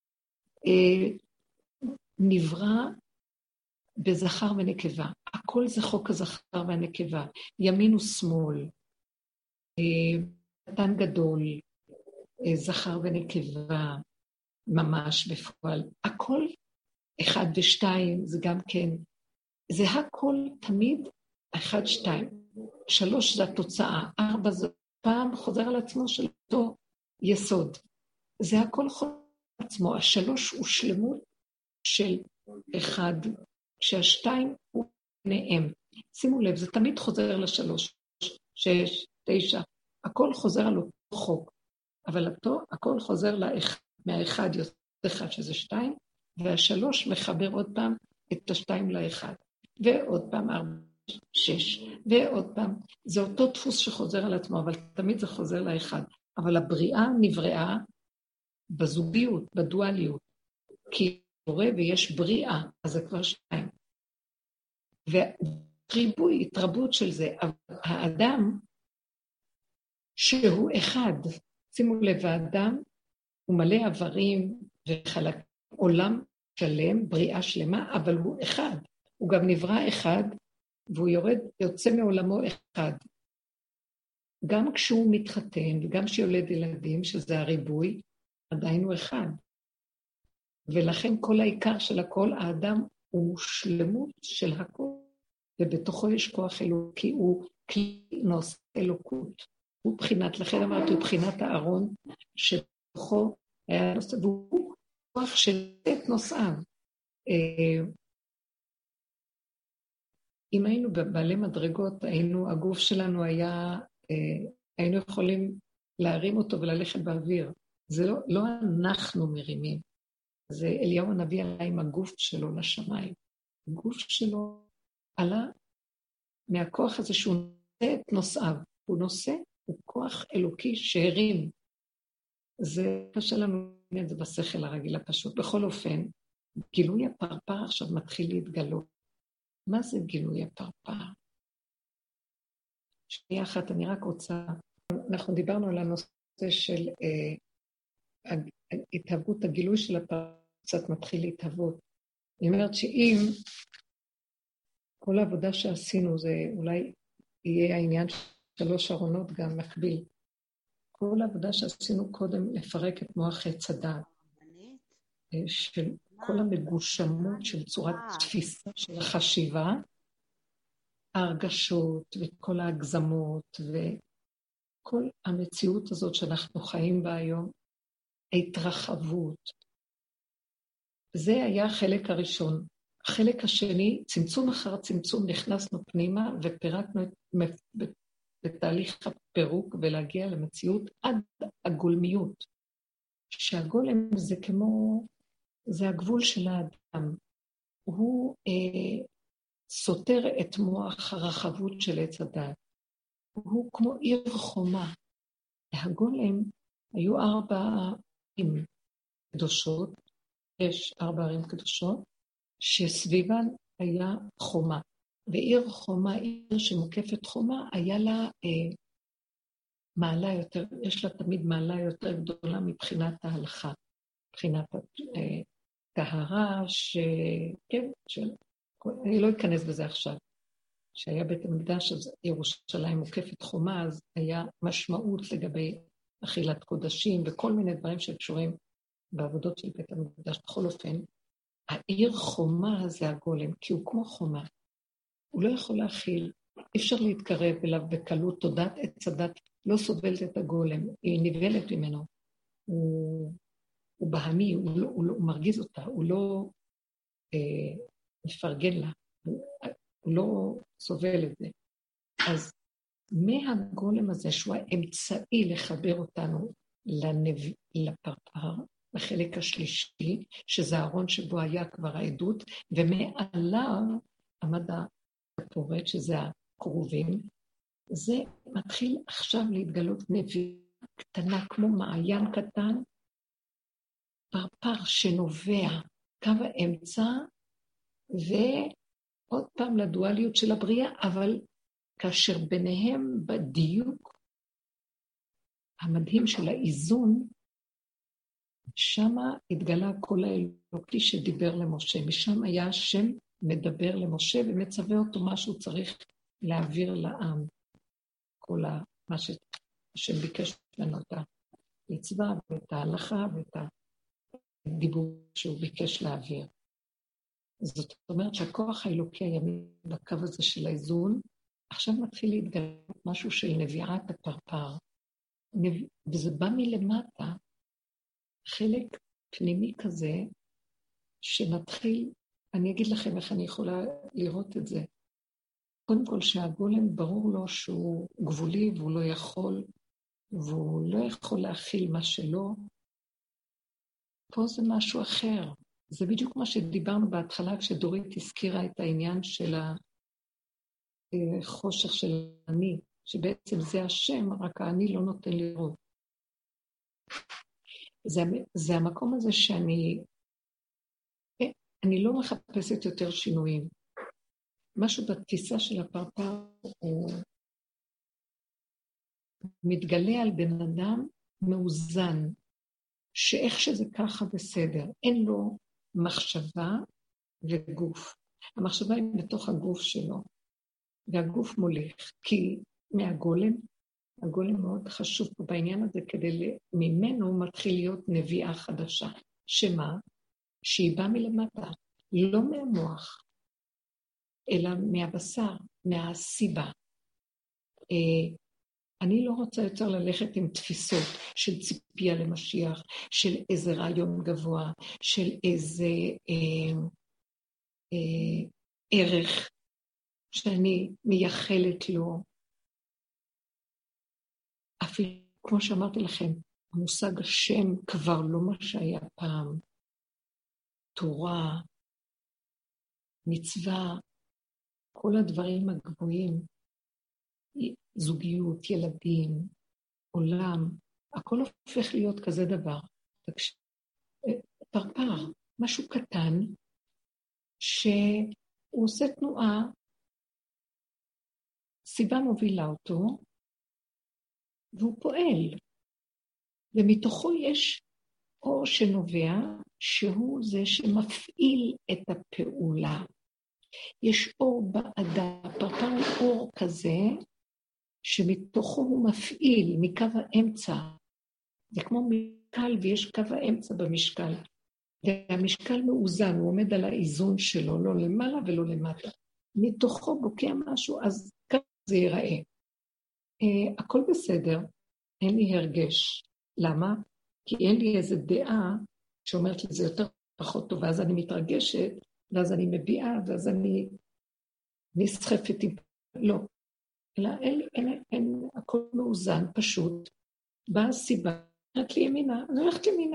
נברא בזכר ונקבה, הכל זה חוק הזכר והנקבה, ימין ושמאל, קטן גדול, זכר ונקבה, ממש בפועל, הכל אחד ושתיים, זה גם כן, זה הכל תמיד 1, 2, 3 זה התוצאה, 4 זה פעם חוזר על עצמו של אותו יסוד. זה הכל חוזר על עצמו, 3 הוא שלמות של 1, כשה2 הוא ביניהם. שימו לב, זה תמיד חוזר ל3, 6, 9, הכל חוזר על אותו חוק, אבל הכל חוזר מה1 יוצא 1 שזה 2, וה3 מחבר עוד פעם את ה2 ל1, ועוד פעם 4, 6, ועוד פעם, זה אותו דפוס שחוזר על עצמו, אבל תמיד זה חוזר ל1, אבל הבריאה נבראה בזוגיות, בדואליות, כי קורה ויש בריאה, אז זה כבר 2. וריבוי, התרבות של זה, האדם שהוא אחד, שימו לב, האדם הוא מלא עברים וחלק, עולם שלם, בריאה שלמה, אבל הוא אחד, הוא גם נברא אחד, והוא יוצא מעולמו אחד. גם כשהוא מתחתן וגם כשיולד ילדים, שזה הריבוי, עדיין הוא אחד. ולכן כל העיקר של הכל, האדם הוא שלמות של הכל, ובתוכו יש כוח אלוקי, הוא כלי נושא אלוקות. הוא בחינת, לכן אמרתי, הוא בחינת הארון, שבתוכו היה נושא, והוא כוח של את נושאיו. אם היינו בבעלי מדרגות, הגוף שלנו היה, היינו יכולים להרים אותו וללכת באוויר. זה לא אנחנו מרימים. זה אליהו הנביא עלה עם הגוף שלו לשמיים. הגוף שלו עלה מהכוח הזה שהוא נושא את נושאיו. הוא נושא, הוא כוח אלוקי שהרים. זה קשה לנו את זה בשכל הרגיל הפשוט. בכל אופן, גילוי הפרפר עכשיו מתחיל להתגלות. מה זה גילוי הפרפר? שנייה אחת, אני רק רוצה, אנחנו דיברנו על הנושא של התהוות, הגילוי של הפרפר קצת מתחיל להתהוות. אני אומרת שאם כל העבודה שעשינו זה אולי יהיה העניין של 3 ארונות גם מקביל. כל העבודה שעשינו קודם לפרק את מוח עץ הדעת, של כל המגושמות של צורת תפיסה של החשיבה, ההרגשות וכל ההגזמות וכל המציאות הזאת שאנחנו חיים בה היום, ההתרחבות. זה היה החלק הראשון. החלק השני, צמצום אחר צמצום, נכנסנו פנימה ופירקנו בתהליך הפירוק ולהגיע למציאות עד הגולמיות. שהגולם זה כמו, זה הגבול של האדם. הוא סותר את מוח הרחבות של עץ הדת. הוא כמו עיר חומה. הגולם היו 4 ערים קדושות, יש 4 ערים קדושות, שסביבן היה חומה. ועיר חומה, עיר שמוקפת חומה, היה לה מעלה יותר, יש לה תמיד מעלה יותר גדולה מבחינת ההלכה, מבחינת טהרה, כן, אני לא אכנס בזה עכשיו. שהיה בית המקדש, אז ירושלים מוקפת חומה, אז היה משמעות לגבי אכילת קודשים, וכל מיני דברים שקשורים בעבודות של בית המקדש. בכל אופן, העיר חומה זה הגולם, כי הוא כמו חומה. הוא לא יכול להכיל, אי אפשר להתקרב אליו בקלות, תודעת עץ הדת לא סובלת את הגולם, היא נבלת ממנו. הוא בהמי, הוא מרגיז אותה, הוא לא מפרגן לה, הוא לא סובל את זה. אז מהגולם הזה, שהוא האמצעי לחבר אותנו לפרפר, בחלק השלישי, שזה הארון שבו היה כבר העדות, ומעליו עמד הפורט, שזה הקרובים, זה מתחיל עכשיו להתגלות נביאה קטנה, כמו מעיין קטן, פרפר שנובע קו האמצע, ועוד פעם לדואליות של הבריאה, אבל כאשר ביניהם בדיוק המדהים של האיזון, שמה התגלה כל האלוקי שדיבר למשה. משם היה השם מדבר למשה ומצווה אותו מה שהוא צריך להעביר לעם. כל מה שהשם ביקש לנו, את המצווה ואת ההלכה ואת הדיבור שהוא ביקש להעביר. זאת אומרת שהכוח האלוקי הימי בקו הזה של האיזון, עכשיו מתחיל להתגלות משהו של נביעת הפרפר, וזה בא מלמטה, חלק פנימי כזה, שמתחיל, אני אגיד לכם איך אני יכולה לראות את זה. קודם כל שהגולם ברור לו שהוא גבולי והוא לא יכול להכיל מה שלא. פה זה משהו אחר. זה בדיוק מה שדיברנו בהתחלה כשדורית הזכירה את העניין של החושך של אני, שבעצם זה השם, רק אני לא נותן לראות. זה המקום הזה שאני לא מחפשת יותר שינויים. משהו בתפיסה של הפרפר הוא מתגלה על בן אדם מאוזן, שאיך שזה ככה בסדר, אין לו מחשבה וגוף. המחשבה היא בתוך הגוף שלו, והגוף מוליך, כי מהגולם, הגולם מאוד חשוב פה בעניין הזה, כדי ממנו מתחיל להיות נביאה חדשה. שמה? שהיא באה מלמטה, לא מהמוח, אלא מהבשר, מהסיבה. אני לא רוצה יותר ללכת עם תפיסות של ציפייה למשיח, של איזה רעיון גבוה, של איזה ערך שאני מייחלת לו. אפילו, כמו שאמרתי לכם, המושג השם כבר לא מה שהיה פעם. תורה, מצווה, כל הדברים הגבוהים, זוגיות, ילדים, עולם, הכל הופך להיות כזה דבר. פרפר, משהו קטן, שהוא עושה תנועה, סיבה מובילה אותו, והוא פועל. ומתוכו יש אור שנובע, שהוא זה שמפעיל את הפעולה. יש אור באדם, פרפר הוא אור כזה, שמתוכו הוא מפעיל מקו האמצע. זה כמו משקל, ויש קו האמצע במשקל. והמשקל מאוזן, הוא עומד על האיזון שלו, לא למעלה ולא למטה. מתוכו בוקע משהו, אז ככה זה ייראה. הכל בסדר, אין לי הרגש. למה? כי אין לי איזו דעה שאומרת לי זה יותר פחות טוב, ואז אני מתרגשת, ואז אני מביעה, ואז אני נסחפת עם... לא. אלא אין, הכל מאוזן, פשוט. באה הסיבה, הולכת לי ימינה, אז הולכת ימינה.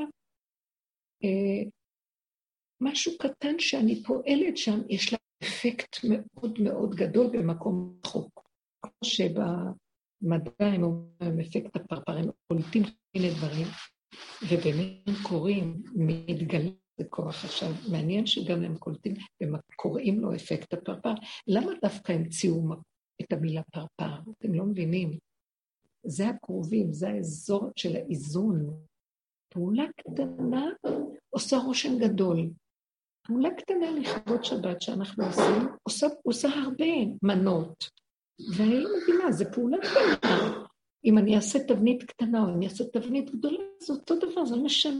משהו קטן שאני פועלת שם, יש לה אפקט מאוד מאוד גדול במקום רחוק. כמו שבמדע הם אומרים, אפקט הפרפר, הם קולטים מיני דברים, ובאמת הם קוראים, מתגלה זה כוח. עכשיו, מעניין שגם הם קולטים, וקוראים לו אפקט הפרפר. למה דווקא המציאו את המילה פרפר? אתם לא מבינים. זה הקרובים, זה האזור של האיזון. פעולה קטנה עושה רושם גדול. פעולה קטנה לכבוד שבת שאנחנו עושים, עושה הרבה מנות. ואני לא מבינה, זה פעולה קטנה. אם אני אעשה תבנית קטנה או אני אעשה תבנית גדולה, זה אותו דבר, זה לא משנה.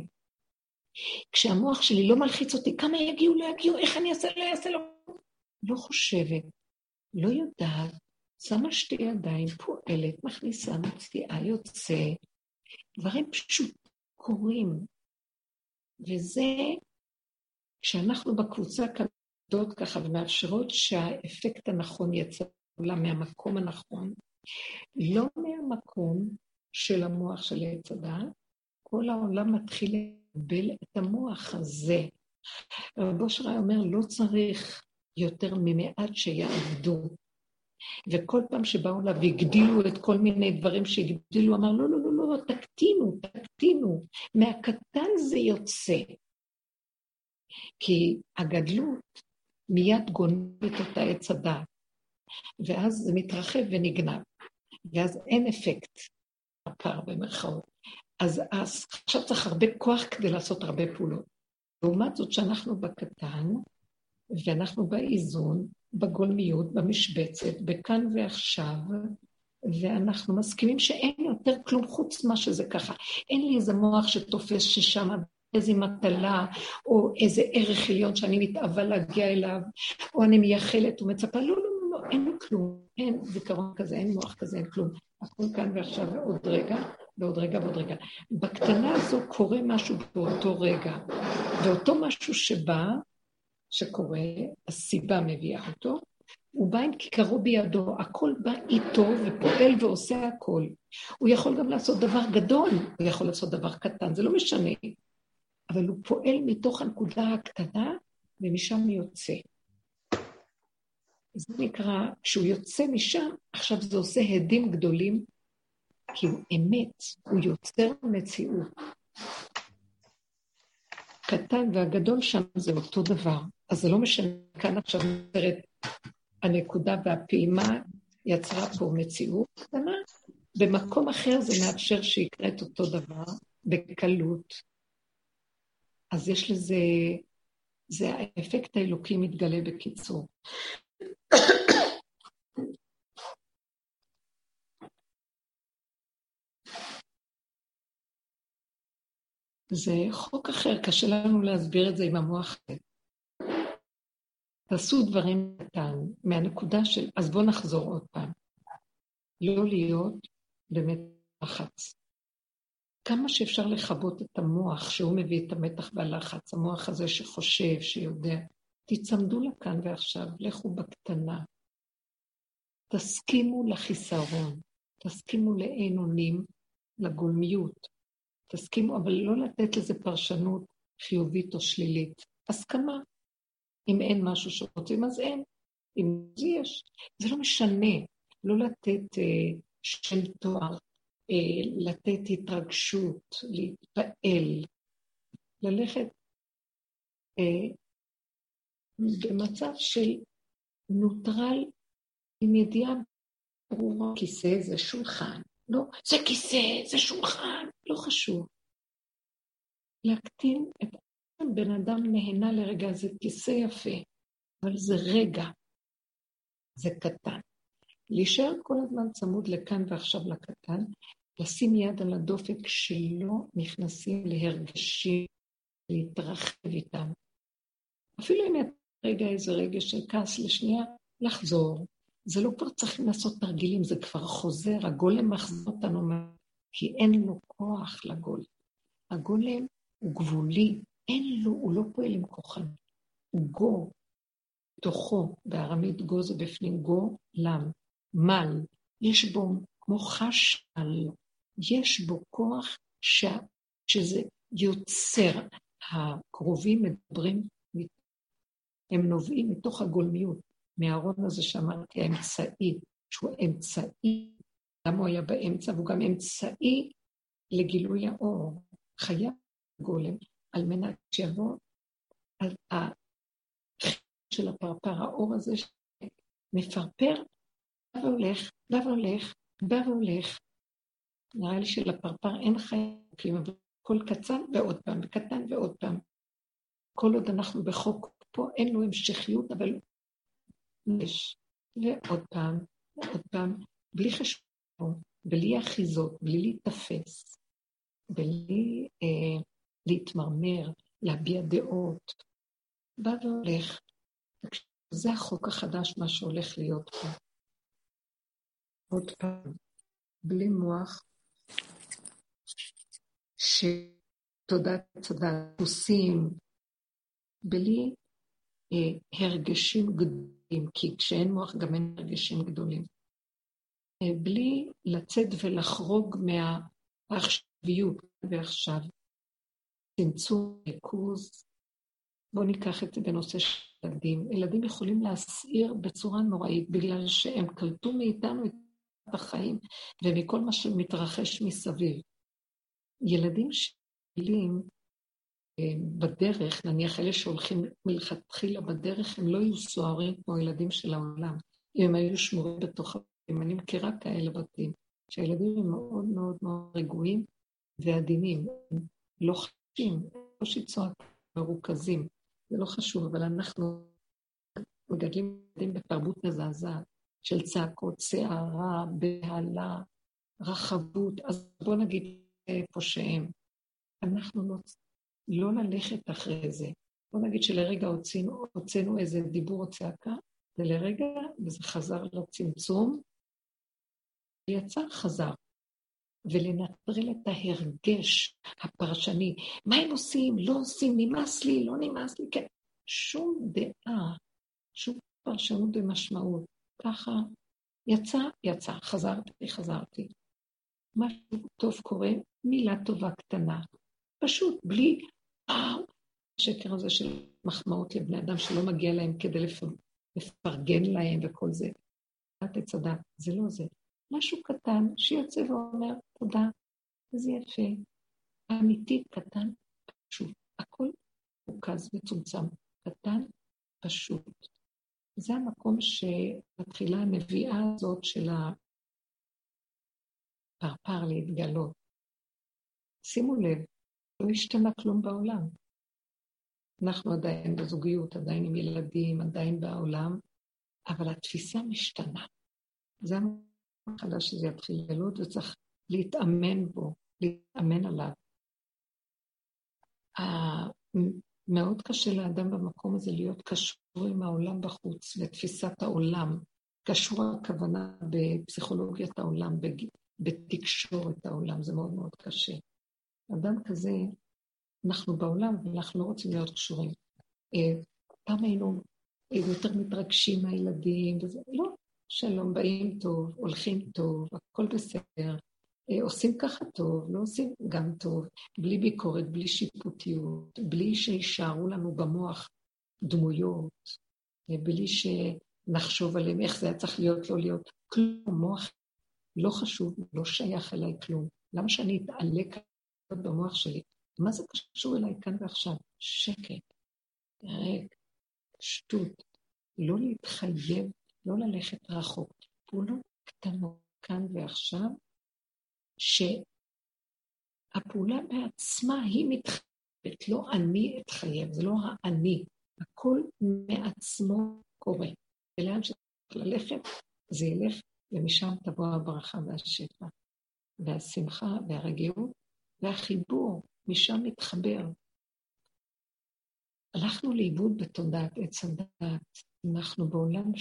כשהמוח שלי לא מלחיץ אותי, כמה יגיעו, לא יגיעו, איך אני אעשה, לא אעשה, לא חושבת, לא יודעת, שמה שתי ידיים, פועלת, מכניסה, מציעה, יוצא, דברים פשוט קורים. וזה, כשאנחנו בקבוצה כדות ככה ומאפשרות שהאפקט הנכון יצא עולם מהמקום הנכון, לא מהמקום של המוח של עץ הדעת, כל העולם מתחיל לקבל את המוח הזה. רבו שרי אומר, לא צריך יותר ממעט שיעבדו. וכל פעם שבאו לה והגדילו את כל מיני דברים שהגדילו, אמר, לא, לא, לא, לא, תקטינו. מהקטן זה יוצא. כי הגדלות מיד גונבת אותה עץ הדעת. ואז זה מתרחב ונגנב. ואז אין אפקט, הפער במרכאות. אז עכשיו צריך הרבה כוח כדי לעשות הרבה פעולות. לעומת זאת שאנחנו בקטן, ואנחנו באיזון, בגולמיות, במשבצת, בכאן ועכשיו, ואנחנו מסכימים שאין יותר כלום חוץ מה שזה ככה. אין לי איזה מוח שתופס ששם איזו מטלה, או איזה ערך עליון שאני מתאווה להגיע אליו, או אני מייחלת ומצפה, לא, לא, לא, לא, אין כלום, אין זיכרון כזה, אין מוח כזה, אין כלום. הכל כאן ועכשיו ועוד רגע, ועוד רגע ועוד רגע. בקטנה הזו קורה משהו באותו רגע, ואותו משהו שבא, שקורה, הסיבה מביאה אותו, הוא בא עם כיכרו בידו, הכל בא איתו ופועל ועושה הכל. הוא יכול גם לעשות דבר גדול, הוא יכול לעשות דבר קטן, זה לא משנה, אבל הוא פועל מתוך הנקודה הקטנה, ומשם יוצא. זה נקרא, כשהוא יוצא משם, עכשיו זה עושה הדים גדולים, כי הוא אמת, הוא יוצר מציאות. קטן והגדול שם זה אותו דבר, אז זה לא משנה, כאן עכשיו נוצרת הנקודה והפעימה יצרה פה מציאות קטנה, במקום אחר זה מאפשר שיקרה את אותו דבר, בקלות. אז יש לזה, זה האפקט האלוקי מתגלה בקיצור. זה חוק אחר, קשה לנו להסביר את זה עם המוח. תעשו דברים קטן, מהנקודה של, אז בואו נחזור עוד פעם. לא להיות באמת לחץ. כמה שאפשר לחבות את המוח, שהוא מביא את המתח והלחץ, המוח הזה שחושב, שיודע, תצמדו לכאן ועכשיו, לכו בקטנה. תסכימו לחיסרון, תסכימו לאין אונים, לגולמיות. תסכימו, אבל לא לתת לזה פרשנות חיובית או שלילית. הסכמה. אם אין משהו שרוצים, אז אין. אם זה יש. זה לא משנה. לא לתת שם תואר, לתת התרגשות, להתפעל, ללכת במצב של נוטרל עם ידיעה ברורה. כיסא זה שולחן. לא, זה כיסא, זה שולחן. לא חשוב. להקטין את בן אדם נהנה לרגע, זה כיסא יפה, אבל זה רגע, זה קטן. להישאר כל הזמן צמוד לכאן ועכשיו לקטן, לשים יד על הדופק שלא נכנסים להרגשים, להתרחב איתם. אפילו אם רגע איזה רגע של כעס לשנייה, לחזור. זה לא כבר צריכים לעשות תרגילים, זה כבר חוזר, הגולם מחזיר אותנו, כי אין לו כוח לגולם. הגולם הוא גבולי, אין לו, הוא לא פועל עם כוחן. הוא גו, תוכו, בארמית גו זה בפנים גו, לם, מל, יש בו כמו חשל, יש בו כוח שזה יוצר. הקרובים מדברים, הם נובעים מתוך הגולמיות, מהארון הזה שאמרתי, האמצעי, שהוא אמצעי, למה הוא היה באמצע, והוא גם אמצעי לגילוי האור, חייב גולם, על מנת שיבוא על החיים של הפרפר, האור הזה שמפרפר, בא והולך, נראה לי שלפרפר אין חיים, אבל כל קצן ועוד פעם, וקטן ועוד פעם. כל עוד אנחנו בחוק פה, אין לו המשכיות, אבל יש, ועוד פעם, בלי חשבון, בלי אחיזות, בלי להתאפס, בלי להתמרמר, להביע דעות, בא והולך. זה החוק החדש, מה שהולך להיות פה. עוד פעם, בלי מוח, שתודעת צדד, דפוסים, בלי הרגשים גדולים, כי כשאין מוח גם אין הרגשים גדולים. בלי לצאת ולחרוג מהעכשוויות ועכשיו. צמצום, ריכוז. בואו ניקח את זה בנושא של ילדים. ילדים יכולים להסעיר בצורה נוראית, בגלל שהם קלטו מאיתנו את החיים, ומכל מה שמתרחש מסביב. ילדים שגלים בדרך, נניח אלה שהולכים מלכתחילה בדרך, הם לא יהיו סוערים כמו ילדים של העולם. אם הם היו שמורים בתוך הבתים, אני מכירה כאלה בתים, שהילדים הם מאוד מאוד מאוד רגועים ועדינים, לא חשים, לא שצועק, מרוכזים, זה לא חשוב, אבל אנחנו מגדלים ילדים בתרבות מזעזעת, של צעקות, שערה, בהלה, רחבות, אז בוא נגיד איפה שהם. אנחנו לא ללכת אחרי זה. בוא נגיד שלרגע הוצאנו איזה דיבור או צעקה, ולרגע, וזה חזר לצמצום, יצא, חזר. ולנטרל את ההרגש הפרשני. מה הם עושים? לא עושים, נמאס לי, לא נמאס לי, כן. שום דעה, שום פרשנות ומשמעות. ככה, יצא, חזרתי. משהו טוב קורה, מילה טובה קטנה. פשוט, בלי, השקר הזה של מחמאות לבני אדם שלא מגיע להם כדי לפרגן להם וכל זה. תצדק, זה לא זה. משהו קטן שיוצא ואומר, תודה, זה יפה. אמיתי, קטן, פשוט. הכל מוקז וצומצם. קטן, פשוט. זה המקום שמתחילה הנביאה הזאת של הפרפר להתגלות. שימו לב, לא השתנה כלום בעולם. אנחנו עדיין בזוגיות, עדיין עם ילדים, עדיין בעולם, אבל התפיסה משתנה. זה חדש שזה יתחיל לגלות, וצריך להתאמן בו, להתאמן עליו. מאוד קשה לאדם במקום הזה להיות קשור עם העולם בחוץ, לתפיסת העולם. קשור הכוונה בפסיכולוגיית העולם, בתקשורת העולם, זה מאוד מאוד קשה. אדם כזה, אנחנו בעולם, ואנחנו לא רוצים להיות קשורים. פעם היינו יותר מתרגשים מהילדים, וזה לא. שלום, באים טוב, הולכים טוב, הכל בסדר, עושים ככה טוב, לא עושים גם טוב, בלי ביקורת, בלי שיפוטיות, בלי שישארו לנו במוח דמויות, בלי שנחשוב עליהם איך זה היה צריך להיות, לא להיות, כלום, מוח לא חשוב, לא שייך אליי כלום. למה שאני אתעלה כאן במוח שלי? מה זה קשור אליי כאן ועכשיו? שקט, שטות, לא להתחייב, לא ללכת רחוק, פעולות קטנות כאן ועכשיו, שהפעולה בעצמה היא מתחייבת, לא אני אתחייב, זה לא האני, הכל מעצמו קורה. ולאן שצריך ללכת, זה ילך, ומשם תבוא הברכה והשפע, והשמחה והרגיעות, והחיבור, משם מתחבר. הלכנו לאיבוד בתודעת עץ הדעת, אנחנו בעולם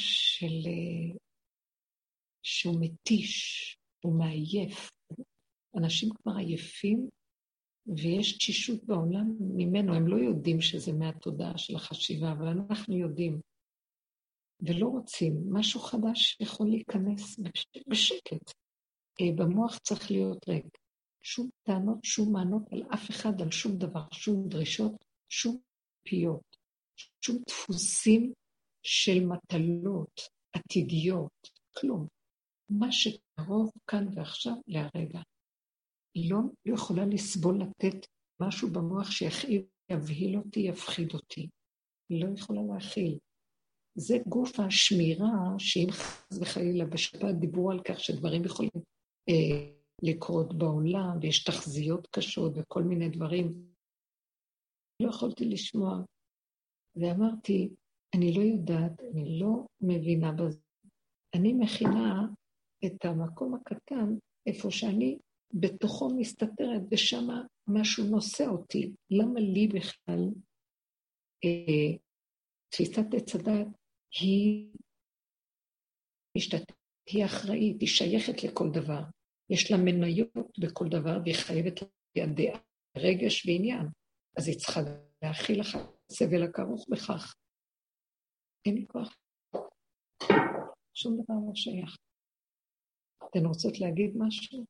שהוא מתיש, הוא מעייף. אנשים כבר עייפים, ויש תשישות בעולם ממנו, הם לא יודעים שזה מהתודעה של החשיבה, אבל אנחנו יודעים, ולא רוצים. משהו חדש יכול להיכנס בשקט. במוח צריך להיות ריק. שום טענות, שום מענות על אף אחד, על שום דבר, שום דרישות, שום פיות, שום דפוסים של מטלות עתידיות, כלום. מה שקרוב כאן ועכשיו להרגע. היא לא יכולה לסבול לתת משהו במוח שיבהיל אותי, יפחיד אותי. היא לא יכולה להכיל. זה גוף השמירה, שאם חס וחלילה בשבת דיברו על כך שדברים יכולים לקרות בעולם, ויש תחזיות קשות וכל מיני דברים. לא יכולתי לשמוע, ואמרתי, אני לא יודעת, אני לא מבינה בזה. אני מכינה את המקום הקטן, איפה שאני בתוכו מסתתרת, ושם משהו נושא אותי. למה לי בכלל תפיסת עץ הדעת היא משתתפת, היא אחראית, היא שייכת לכל דבר. יש לה מניות בכל דבר, והיא חייבת לידע רגש ועניין. אז היא צריכה להכיל לך סבל הכרוך בכך. אין לי כוח. שום דבר לא שייך. אתן רוצות להגיד משהו?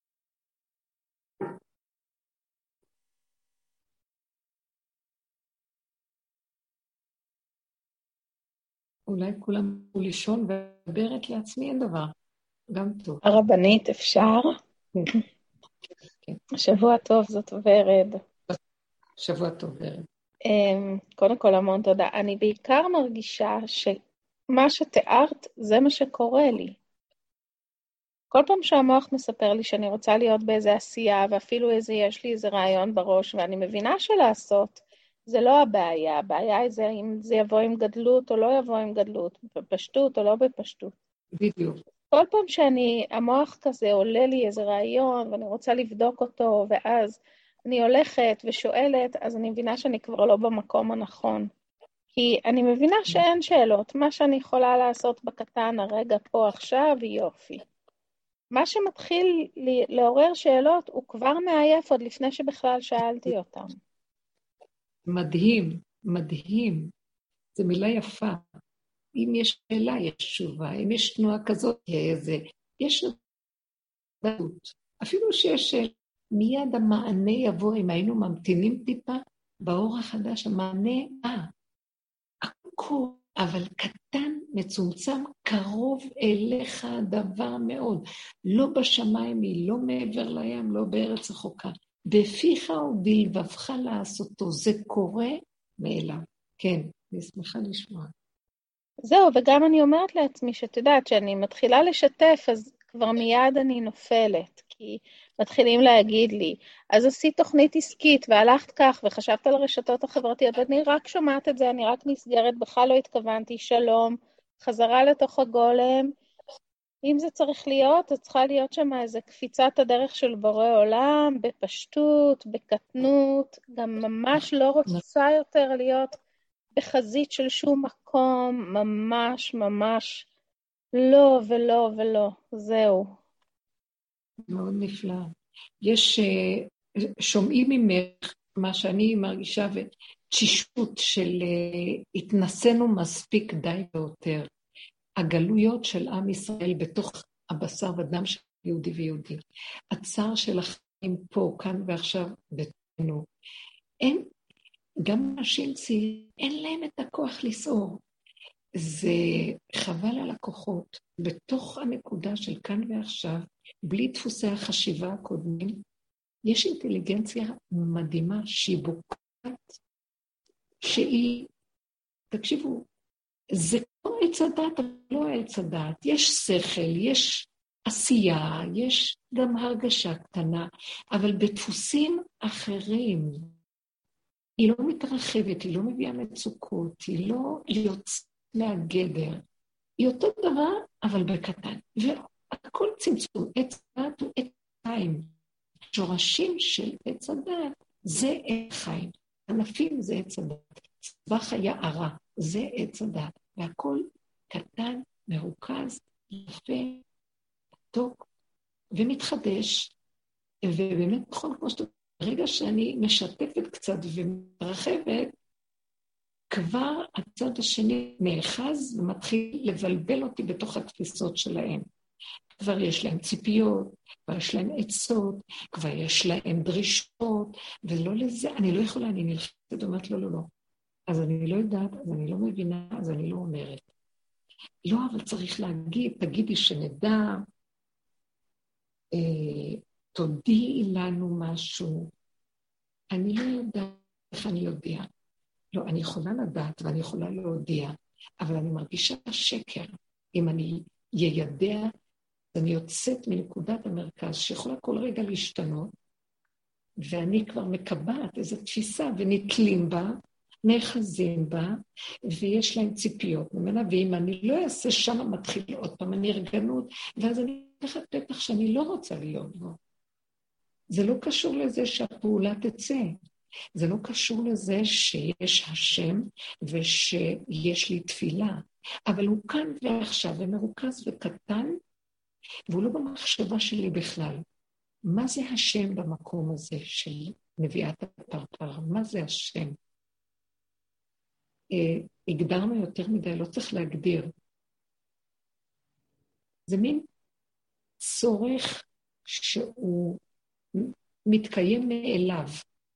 אולי כולם הוא לישון וברת לעצמי, אין דבר. גם טוב. הרבנית, אפשר? כן. שבוע טוב, זאת ורד. שבוע טוב, ורד. קודם כל, המון תודה. אני בעיקר מרגישה שמה שתיארת, זה מה שקורה לי. כל פעם שהמוח מספר לי שאני רוצה להיות באיזה עשייה, ואפילו יש לי איזה רעיון בראש, ואני מבינה שלעשות, זה לא הבעיה. הבעיה היא זה אם זה יבוא עם גדלות או לא יבוא עם גדלות, בפשטות או לא בפשטות. בדיוק. כל פעם המוח כזה עולה לי איזה רעיון, ואני רוצה לבדוק אותו, ואז אני הולכת ושואלת, אז אני מבינה שאני כבר לא במקום הנכון. כי אני מבינה שאין שאלות. מה שאני יכולה לעשות בקטן הרגע פה עכשיו היא יופי. מה שמתחיל לעורר שאלות הוא כבר מעייף עוד לפני שבכלל שאלתי אותם. מדהים, מדהים. זו מילה יפה. אם יש שאלה, יש תשובה. אם יש תנועה כזאת, יש נדעות. אפילו שיש שאלה, מיד המענה יבוא, אם היינו ממתינים טיפה, באור החדש, המענה הכל, אבל קטן, מצומצם, קרוב אליך הדבר מאוד. לא בשמיים היא, לא מעבר לים, לא בארץ רחוקה. בפיך ובלבבך לעשותו. זה קורה מאליו. כן, אני שמחה לשמוע. זהו, וגם אני אומרת לעצמי שאת יודעת שאני מתחילה לשתף, אז כבר מיד אני נופלת, כי מתחילים להגיד לי, אז עשית תוכנית עסקית והלכת כך וחשבת על הרשתות החברתיות, ואני רק שומעת את זה, אני רק נסגרת, בכלל לא התכוונתי, שלום, חזרה לתוך הגולם. אם זה צריך להיות, אז צריכה להיות שם איזו קפיצת הדרך של בורא עולם, בפשטות, בקטנות, גם ממש לא רוצה יותר להיות בחזית של שום מקום, ממש ממש לא ולא ולא, זהו. מאוד נפלא. יש, שומעים ממך מה שאני מרגישה, ותשישות של התנסינו מספיק די ויותר. הגלויות של עם ישראל בתוך הבשר ודם של יהודי ויהודי. הצער של החיים פה, כאן ועכשיו, בתוכנו. אין, גם אנשים צעירים, אין להם את הכוח לסעור. זה חבל על הכוחות. בתוך הנקודה של כאן ועכשיו, בלי דפוסי החשיבה הקודמים, יש אינטליגנציה מדהימה שהיא בוקעת, שהיא, תקשיבו, זה לא עץ הדעת, אבל לא עץ הדעת. יש שכל, יש עשייה, יש גם הרגשה קטנה, אבל בדפוסים אחרים, היא לא מתרחבת, היא לא מביאה מצוקות, היא לא יוצאת מהגדר. היא אותו דבר, אבל בקטן. והכל צמצום, עץ הדעת הוא עץ חיים. שורשים של עץ הדעת זה עץ חיים. ענפים זה עץ הדעת. צבח היערה זה עץ הדעת. והכל קטן, מרוכז, יפה, מתוק, ומתחדש. ובאמת נכון, כמו שאתה אומר, ברגע שאני משתפת קצת ומתרחבת, כבר הצד השני נאחז ומתחיל לבלבל אותי בתוך התפיסות שלהם. כבר יש להם ציפיות, כבר יש להם עצות, כבר יש להם דרישות, ולא לזה, אני לא יכולה, אני נלחצת, אומרת לא, לא, לא. אז אני לא יודעת, אז אני לא מבינה, אז אני לא אומרת. לא, אבל צריך להגיד, תגידי שנדע, תודיעי לנו משהו. אני לא יודעת איך אני יודע. לא, אני יכולה לדעת ואני יכולה להודיע, אבל אני מרגישה שקר. אם אני יידע, אני יוצאת מנקודת המרכז שיכולה כל רגע להשתנות, ואני כבר מקבעת איזו תפיסה ונתלים בה, נאחזים בה, ויש להם ציפיות ממנה, ואם אני לא אעשה שם, מתחיל עוד פעם הנרגנות, ואז אני אקח פתח שאני לא רוצה להיות בו. זה לא קשור לזה שהפעולה תצא. זה לא קשור לזה שיש השם ושיש לי תפילה, אבל הוא כאן ועכשיו ומרוכז וקטן, והוא לא במחשבה שלי בכלל. מה זה השם במקום הזה של נביאת הפרפר? מה זה השם? הגדרנו יותר מדי, לא צריך להגדיר. זה מין צורך שהוא מתקיים מאליו.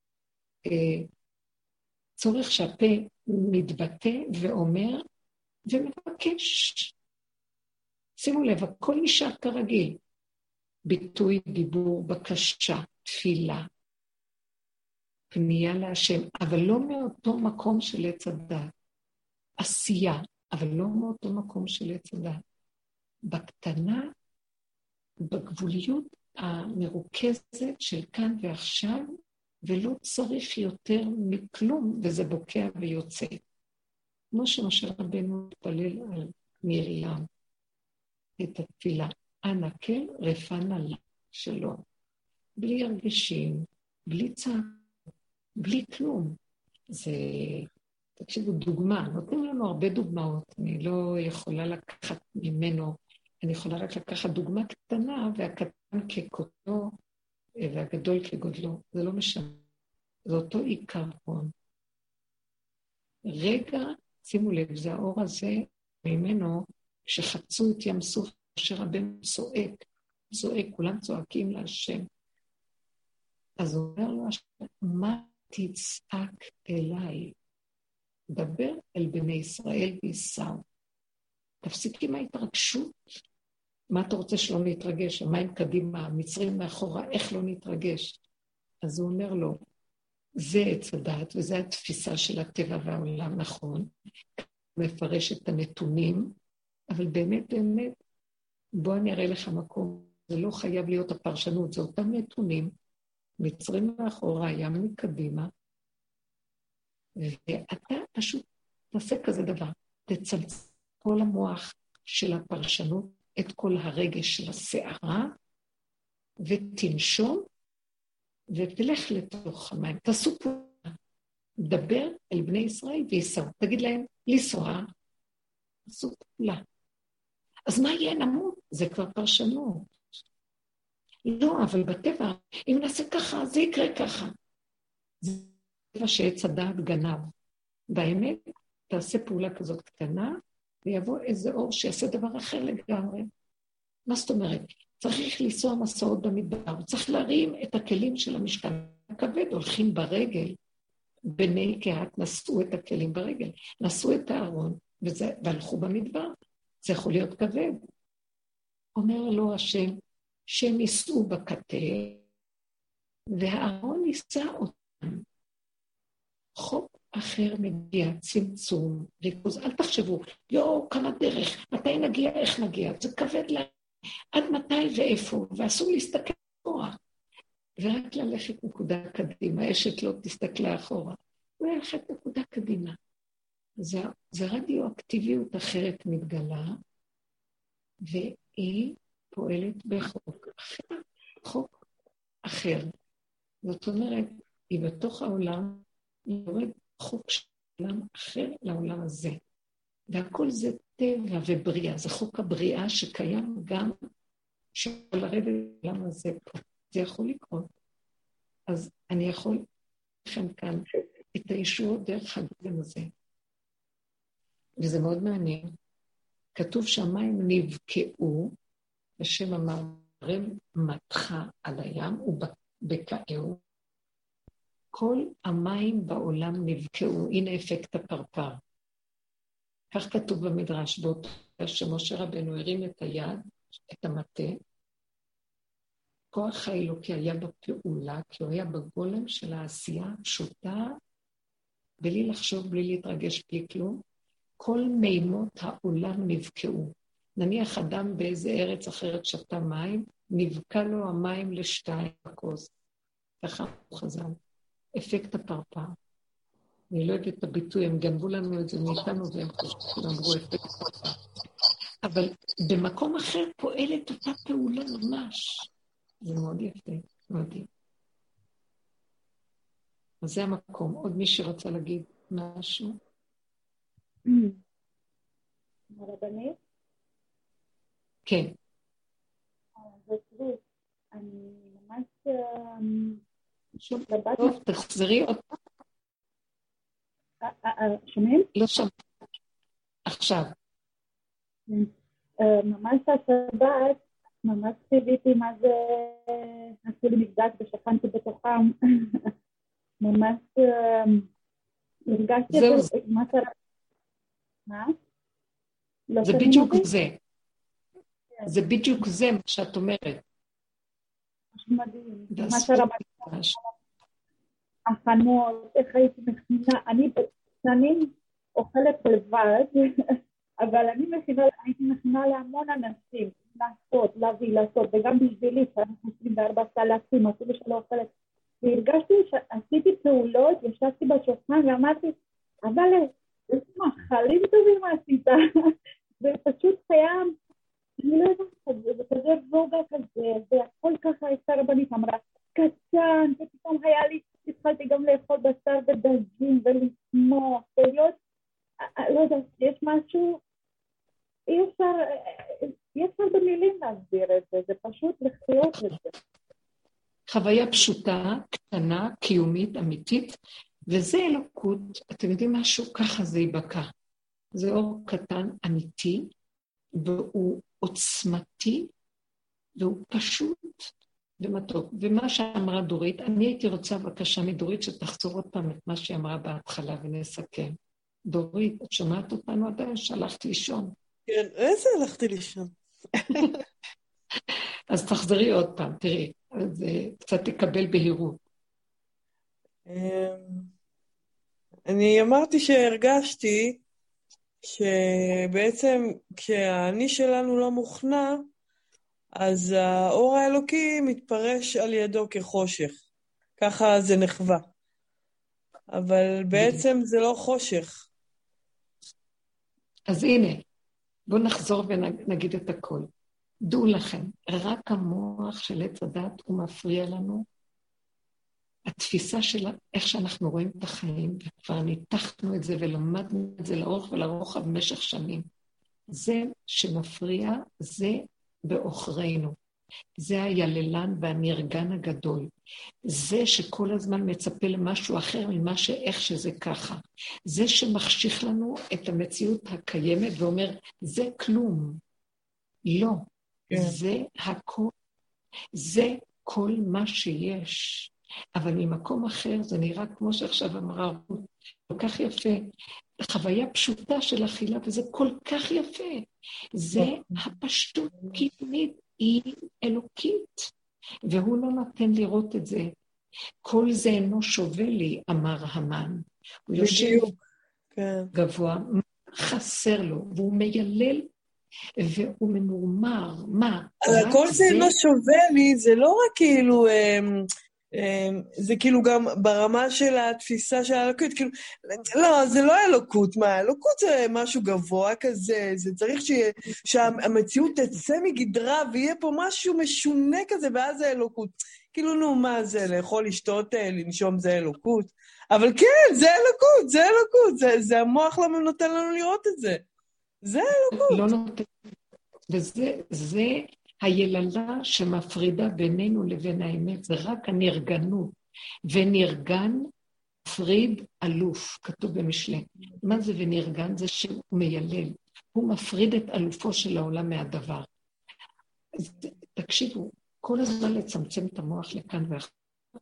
צורך שהפה מתבטא ואומר ומבקש. שימו לב, הכל נשאר כרגיל. ביטוי, דיבור, בקשה, תפילה, פנייה להשם, אבל לא מאותו מקום של עץ הדעת. עשייה, אבל לא מאותו מקום של עץ הדעת. בקטנה, בגבוליות המרוכזת של כאן ועכשיו, ולא צריך יותר מכלום, וזה בוקע ויוצא. כמו שמשה רבנו מתפלל על מרים, את התפילה, אנא כן רפנה לה שלום. בלי הרגשים, בלי צער, בלי כלום. זה תקשיבו, דוגמה, נותנים לנו הרבה דוגמאות, אני לא יכולה לקחת ממנו, אני יכולה רק לקחת דוגמה קטנה, והקטן כקוטנו, והגדול כגודלו, זה לא משנה, זה אותו עיקרון. רגע, שימו לב, זה האור הזה ממנו, כשחצו את ים סוף, שרבנו צועק, כולם צועקים להשם. אז הוא אומר לו, מה תצעק אליי? דבר אל בני ישראל ויסעו. תפסיק עם ההתרגשות. מה אתה רוצה שלא נתרגש? המים קדימה, המצרים מאחורה, איך לא נתרגש? אז הוא אומר לו, זה עץ הדעת, וזה התפיסה של הטבע והעולם, נכון. הוא מפרש את הנתונים, אבל באמת, בוא אני אראה לך מקום. זה לא חייב להיות הפרשנות, זה אותם נתונים, מצרים מאחורה, ים מקדימה, ואתה פשוט תעשה כזה דבר, תצמצם כל המוח של הפרשנות, את כל הרגש של השערה, ותנשום, ותלך לתוך המים. תעשו פעולה, דבר אל בני ישראל ויסעו. תגיד להם, לנסוע, תעשו פעולה. אז מה יהיה נמות? זה כבר פרשנות. לא, אבל בטבע, אם נעשה ככה, זה יקרה ככה. זה טבע שעץ הדעת גנב. באמת, תעשה פעולה כזאת קטנה, ויבוא איזה אור שיעשה דבר אחר לגמרי. מה זאת אומרת? צריך לנסוע מסעות במדבר, צריך להרים את הכלים של המשכן הכבד, הולכים ברגל, בני קהת נשאו את הכלים ברגל, נשאו את הארון, והלכו במדבר, זה יכול להיות כבד. אומר לו השם, שהם ייסעו בכתף, והארון יישא אותם. חוק אחר מגיע, צמצום, ריכוז, אל תחשבו, כמה דרך, מתי נגיע, איך נגיע, זה כבד לה, עד מתי ואיפה, ואסור להסתכל אחורה, ורק ללכת נקודה קדימה, אשת לא תסתכלה אחורה, וללכת נקודה קדימה. זה רדיואקטיביות אחרת מתגלה, והיא פועלת בחוק אחר, חוק אחר. זאת אומרת, היא בתוך העולם, היא יורד חוק של עולם אחר לעולם הזה. והכל זה טבע ובריאה, זה חוק הבריאה שקיים גם של לרדת לעולם הזה. זה יכול לקרות. אז אני יכול לכם כאן את הישועות דרך הגולם הזה. וזה מאוד מעניין. כתוב שהמים נבקעו, השם אמר, רם מתחה על הים ובקעהו. כל המים בעולם נבקעו, הנה אפקט הפרפר. כך כתוב במדרש, באותו שמשה רבנו הרים את היד, את המטה, כוח האלוקי היה בפעולה, כי הוא היה בגולם של העשייה פשוטה, בלי לחשוב, בלי להתרגש, בלי כלום. כל מימות העולם נבקעו. נניח אדם באיזה ארץ אחרת שתה מים, נבקע לו המים לשתיים בכוס. ככה הוא חזר. אפקט הפרפר. אני לא יודעת את הביטוי, הם גנבו לנו את זה מאיתנו, והם אמרו אפקט הפרפר. אבל במקום אחר פועלת אותה פעולה ממש. זה מאוד יפה, מאוד יפה. אז זה המקום. עוד מי שרוצה להגיד משהו? רבנית? כן. אני ממש... טוב, תחזרי עוד. שומעים? לא שומעת. עכשיו. ממש השבת, ממש חיוויתי מה זה... עשו לי מקדש ושכנתי בתוכם. ממש הרגשתי את מה ש... מה? זה בדיוק זה. זה בדיוק זה מה שאת אומרת. מדהים. מה שרמת הכנות, איך הייתי מכינה, אני בשנים אוכלת לבד, אבל הייתי מכינה להמון אנשים, לעשות, וגם בשבילי, שאני 24 סלטים, אפילו שלא אוכלת, והרגשתי שעשיתי פעולות, ישבתי בשולחן ואמרתי, אבל איזה מאכלים טובים עשית, זה פשוט קיים, אני לא יודעת, זה כזה ווגה כזה, והכל ככה הייתה רבנית אמרה, קטן, ופתאום היה לי, התחלתי גם לאכול בשר ודגים ולפני המוח, להיות, לא יודעת, יש משהו, אי אפשר במילים להסביר את זה, זה פשוט לחיות את זה. חוויה פשוטה, קטנה, קיומית, אמיתית, וזה אלוקות, אתם יודעים משהו? ככה זה ייבקע. זה אור קטן, אמיתי, והוא עוצמתי, והוא פשוט ומתוק. ומה שאמרה דורית, אני הייתי רוצה בבקשה מדורית שתחזור עוד פעם את מה שהיא אמרה בהתחלה ונסכם. דורית, את שומעת אותנו עדיין? שהלכת לישון. כן, איזה הלכתי לישון? אז תחזרי עוד פעם, תראי, אז קצת תקבל בהירות. אני אמרתי שהרגשתי שבעצם כשהאני שלנו לא מוכנע, אז האור האלוקי מתפרש על ידו כחושך. ככה זה נחווה. אבל בעצם זה לא חושך. אז הנה, בואו נחזור ונגיד את הכל. דעו לכם, רק המוח של עץ הדת הוא מפריע לנו. התפיסה של איך שאנחנו רואים את החיים, וכבר ניתחנו את זה ולמדנו את זה לאורך ולרוחב במשך שנים. זה שמפריע, זה באוכרינו. זה היללן והנרגן הגדול. זה שכל הזמן מצפה למשהו אחר ממה שאיך שזה ככה. זה שמחשיך לנו את המציאות הקיימת ואומר, זה כלום. לא. זה הכל. זה כל מה שיש. אבל ממקום אחר זה נראה כמו שעכשיו אמרה רות, כל כך יפה. חוויה פשוטה של אכילה, וזה כל כך יפה. זה הפשטות קיומית, היא אלוקית, והוא לא נותן לראות את זה. כל זה אינו שווה לי, אמר המן. הוא יושב גבוה, חסר לו, והוא מיילל, והוא ממורמר. מה? אבל כל זה אינו שווה לי, זה לא רק כאילו... זה כאילו גם ברמה של התפיסה של האלוקות, כאילו, לא, זה לא אלוקות, מה, אלוקות זה משהו גבוה כזה, זה צריך שהמציאות תצא מגדרה ויהיה פה משהו משונה כזה, ואז זה אלוקות. כאילו, נו, מה זה, לאכול, לשתות, לנשום, זה אלוקות? אבל כן, זה אלוקות, זה אלוקות, זה המוח לא נותן לנו לראות את זה. זה אלוקות. לא נותן, וזה היללה שמפרידה בינינו לבין האמת, זה רק הנרגנות, ונרגן מפריד אלוף, כתוב במשלי. מה זה ונרגן? זה שהוא מיילל, הוא מפריד את אלופו של העולם מהדבר. אז תקשיבו, כל הזמן לצמצם את המוח לכאן ואחר,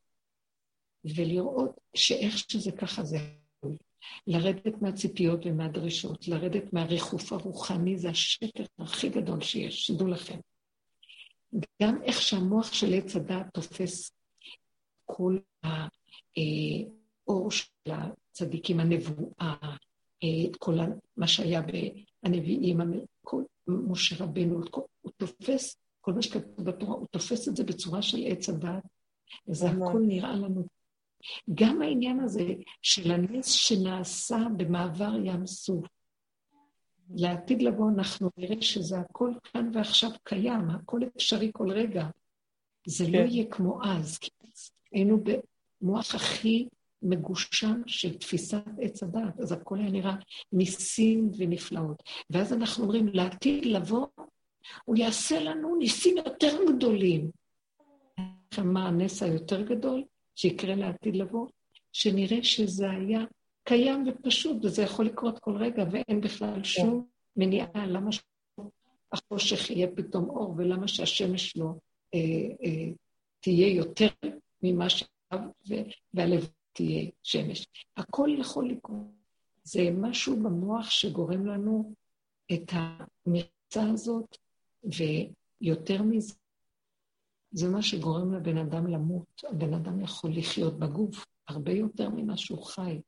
ולראות שאיך שזה ככה זה, לרדת מהציפיות ומהדרישות, לרדת מהריחוף הרוחני, זה השקר הכי גדול שיש, שדעו לכם. גם איך שהמוח של עץ הדעת תופס כל האור של הצדיקים, הנבואה, את כל מה שהיה בנביאים, כל משה רבנו, הוא תופס, כל מה שכתוב בתורה, הוא תופס את זה בצורה של עץ הדעת, וזה הכל נראה לנו. גם העניין הזה של הנס שנעשה במעבר ים סוף, לעתיד לבוא אנחנו נראה שזה הכל כאן ועכשיו קיים, הכל אפשרי כל רגע. זה לא יהיה כמו אז, כי היינו במוח הכי מגושם של תפיסת עץ הדעת, אז הכל היה נראה ניסים ונפלאות. ואז אנחנו אומרים, לעתיד לבוא, הוא יעשה לנו ניסים יותר גדולים. מה הנס היותר גדול שיקרה לעתיד לבוא? שנראה שזה היה קיים ופשוט, וזה יכול לקרות כל רגע, ואין בכלל שום מניעה, למה החושך יהיה פתאום אור, ולמה שהשמש לא תהיה יותר ממה שעב, והלב תהיה שמש. הכל יכול לקרות. זה משהו במוח שגורם לנו את המרצה הזאת, ויותר מזה, זה מה שגורם לבן אדם למות. הבן אדם יכול לחיות בגוף הרבה יותר ממה שהוא חי.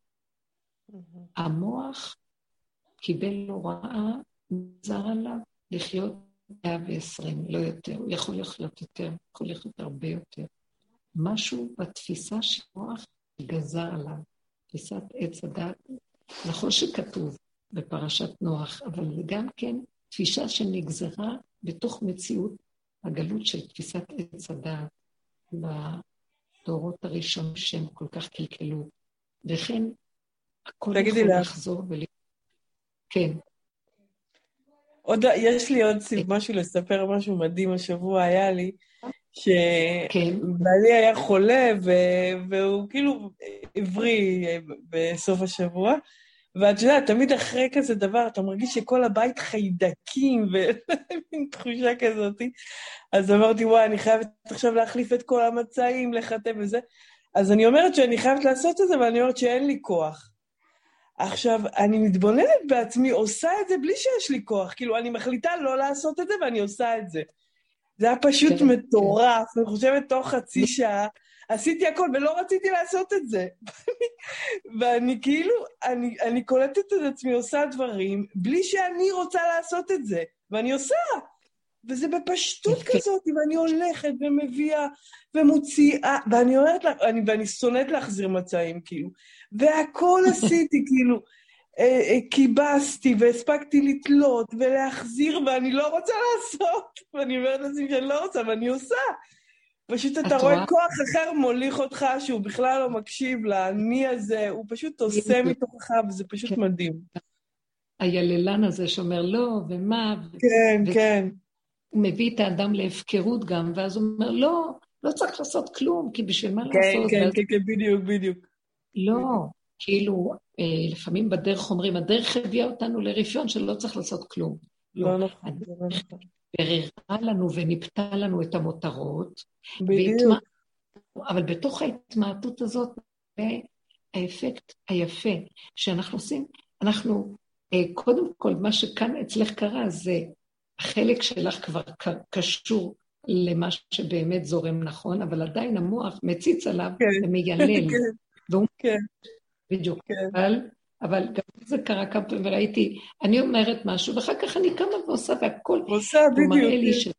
המוח קיבל הוראה, נזר עליו לחיות 120, לא יותר. הוא יכול לחיות יותר, יכול לחיות הרבה יותר. משהו בתפיסה של מוח גזר עליו, תפיסת עץ הדת, נכון שכתוב בפרשת נוח, אבל גם כן תפיסה שנגזרה בתוך מציאות הגלות של תפיסת עץ הדת בדורות הראשונים שהם כל כך קלקלו. וכן הכל תגידי יכול לך. לחזור כן. יש לי עוד משהו לספר, משהו מדהים השבוע היה לי, כן. שבעלי היה חולה, והוא כאילו עברי בסוף השבוע, ואת יודעת, תמיד אחרי כזה דבר, אתה מרגיש שכל הבית חיידקים, ומין תחושה כזאת. אז אמרתי, וואי, אני חייבת עכשיו להחליף את כל המצעים, לחטא וזה. אז אני אומרת שאני חייבת לעשות את זה, ואני אומרת שאין לי כוח. עכשיו, אני מתבוננת בעצמי, עושה את זה בלי שיש לי כוח. כאילו, אני מחליטה לא לעשות את זה, ואני עושה את זה. זה היה פשוט כן, מטורף. אני חושבת, תוך חצי שעה, עשיתי הכל, ולא רציתי לעשות את זה. ואני כאילו, אני קולטת את עצמי, עושה דברים, בלי שאני רוצה לעשות את זה. ואני עושה. וזה בפשטות כזאת, ואני הולכת ומביאה ומוציאה, ואני אומרת לך, ואני שונאת להחזיר מצעים, כאילו. והכל עשיתי, כאילו, קיבסתי והספקתי לתלות ולהחזיר, ואני לא רוצה לעשות. ואני אומרת לעצמי שאני לא רוצה, ואני עושה. פשוט אתה רואה כוח אחר מוליך אותך, שהוא בכלל לא מקשיב לאני הזה, הוא פשוט עושה מתוכך, וזה פשוט מדהים. היללן הזה שאומר לא, ומה. כן, כן. הוא מביא את האדם להפקרות גם, ואז הוא אומר, לא צריך לעשות כלום, כי בשביל מה כן, לעשות? כן, כן, בדיוק, בדיוק. לא, כאילו, לפעמים בדרך אומרים, הדרך הביאה אותנו לרפיון שלא צריך לעשות כלום. לא נכון. בררה לנו וניפתה לנו את המותרות, בדיוק. אבל בתוך ההתמעטות הזאת, האפקט היפה שאנחנו עושים, אנחנו, קודם כל, מה שכאן אצלך קרה, זה החלק שלך כבר קשור למה שבאמת זורם נכון, אבל עדיין המוח מציץ עליו ומיילל. והוא בדיוק. אבל גם זה קרה כמה פעמים, וראיתי, אני אומרת משהו, ואחר כך אני קמה ועושה והכל. עושה בדיוק.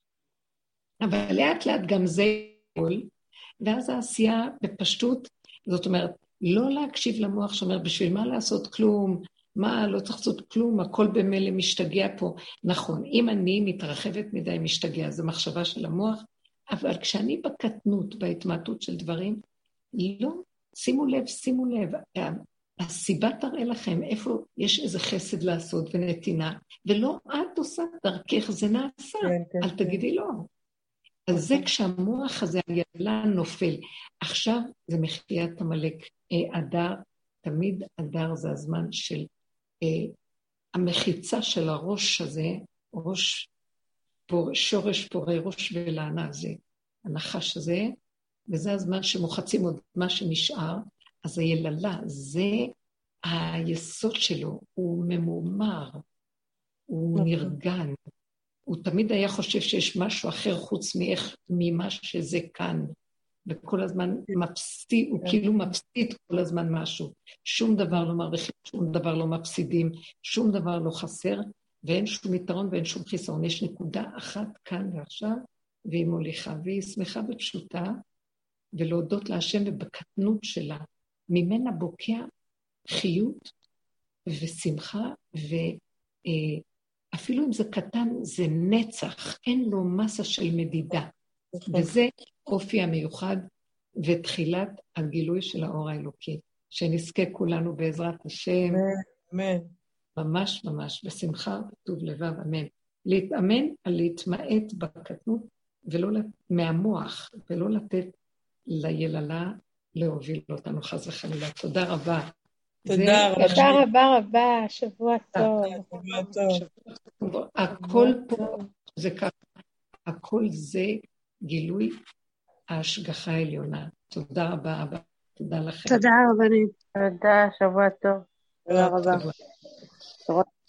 אבל לאט לאט גם זה כל, ואז העשייה בפשטות, זאת אומרת, לא להקשיב למוח שאומר, בשביל מה לעשות כלום, מה, לא צריך לעשות כלום, הכל במילא משתגע פה. נכון, אם אני מתרחבת מדי משתגע, זו מחשבה של המוח, אבל כשאני בקטנות, בהתמעטות של דברים, לא, שימו לב, הסיבה תראה לכם איפה יש איזה חסד לעשות ונתינה, ולא את עושה דרכך, זה נעשה, אל תגידי לא. אז זה כשהמוח הזה, היללה נופל. עכשיו זה מחיית המלאק, אדר, תמיד אדר זה הזמן של המחיצה של הראש הזה, שורש פורי ראש ולענה הזה, הנחש הזה, וזה הזמן שמוחצים עוד מה שנשאר, אז היללה, זה היסוד שלו, הוא ממומר, הוא נרגן, הוא תמיד היה חושב שיש משהו אחר חוץ ממה שזה כאן, וכל הזמן מפסיד, הוא כאילו מפסיד כל הזמן משהו, שום דבר לא מרוויחים, שום דבר לא מפסידים, שום דבר לא חסר, ואין שום יתרון ואין שום חיסרון, יש נקודה אחת כאן ועכשיו, והיא מוליכה, והיא שמחה ופשוטה, ולהודות להשם ובקטנות שלה, ממנה בוקע חיות ושמחה, ואפילו אם זה קטן, זה נצח, אין לו מסה של מדידה, וזה אופי המיוחד ותחילת הגילוי של האור האלוקי, שנזכה כולנו בעזרת השם, אמן. ממש ממש, בשמחה וטוב לבב, אמן. להתאמן על להתמעט בקטנות, ולא מהמוח, ולא לתת ליללה להוביל אותנו חס וחלילה. תודה רבה. תודה רבה, שבוע טוב. הכל פה זה ככה, הכל זה גילוי ההשגחה העליונה. תודה רבה, אבא. תודה לכם. תודה רבנית. תודה, שבוע טוב. תודה רבה.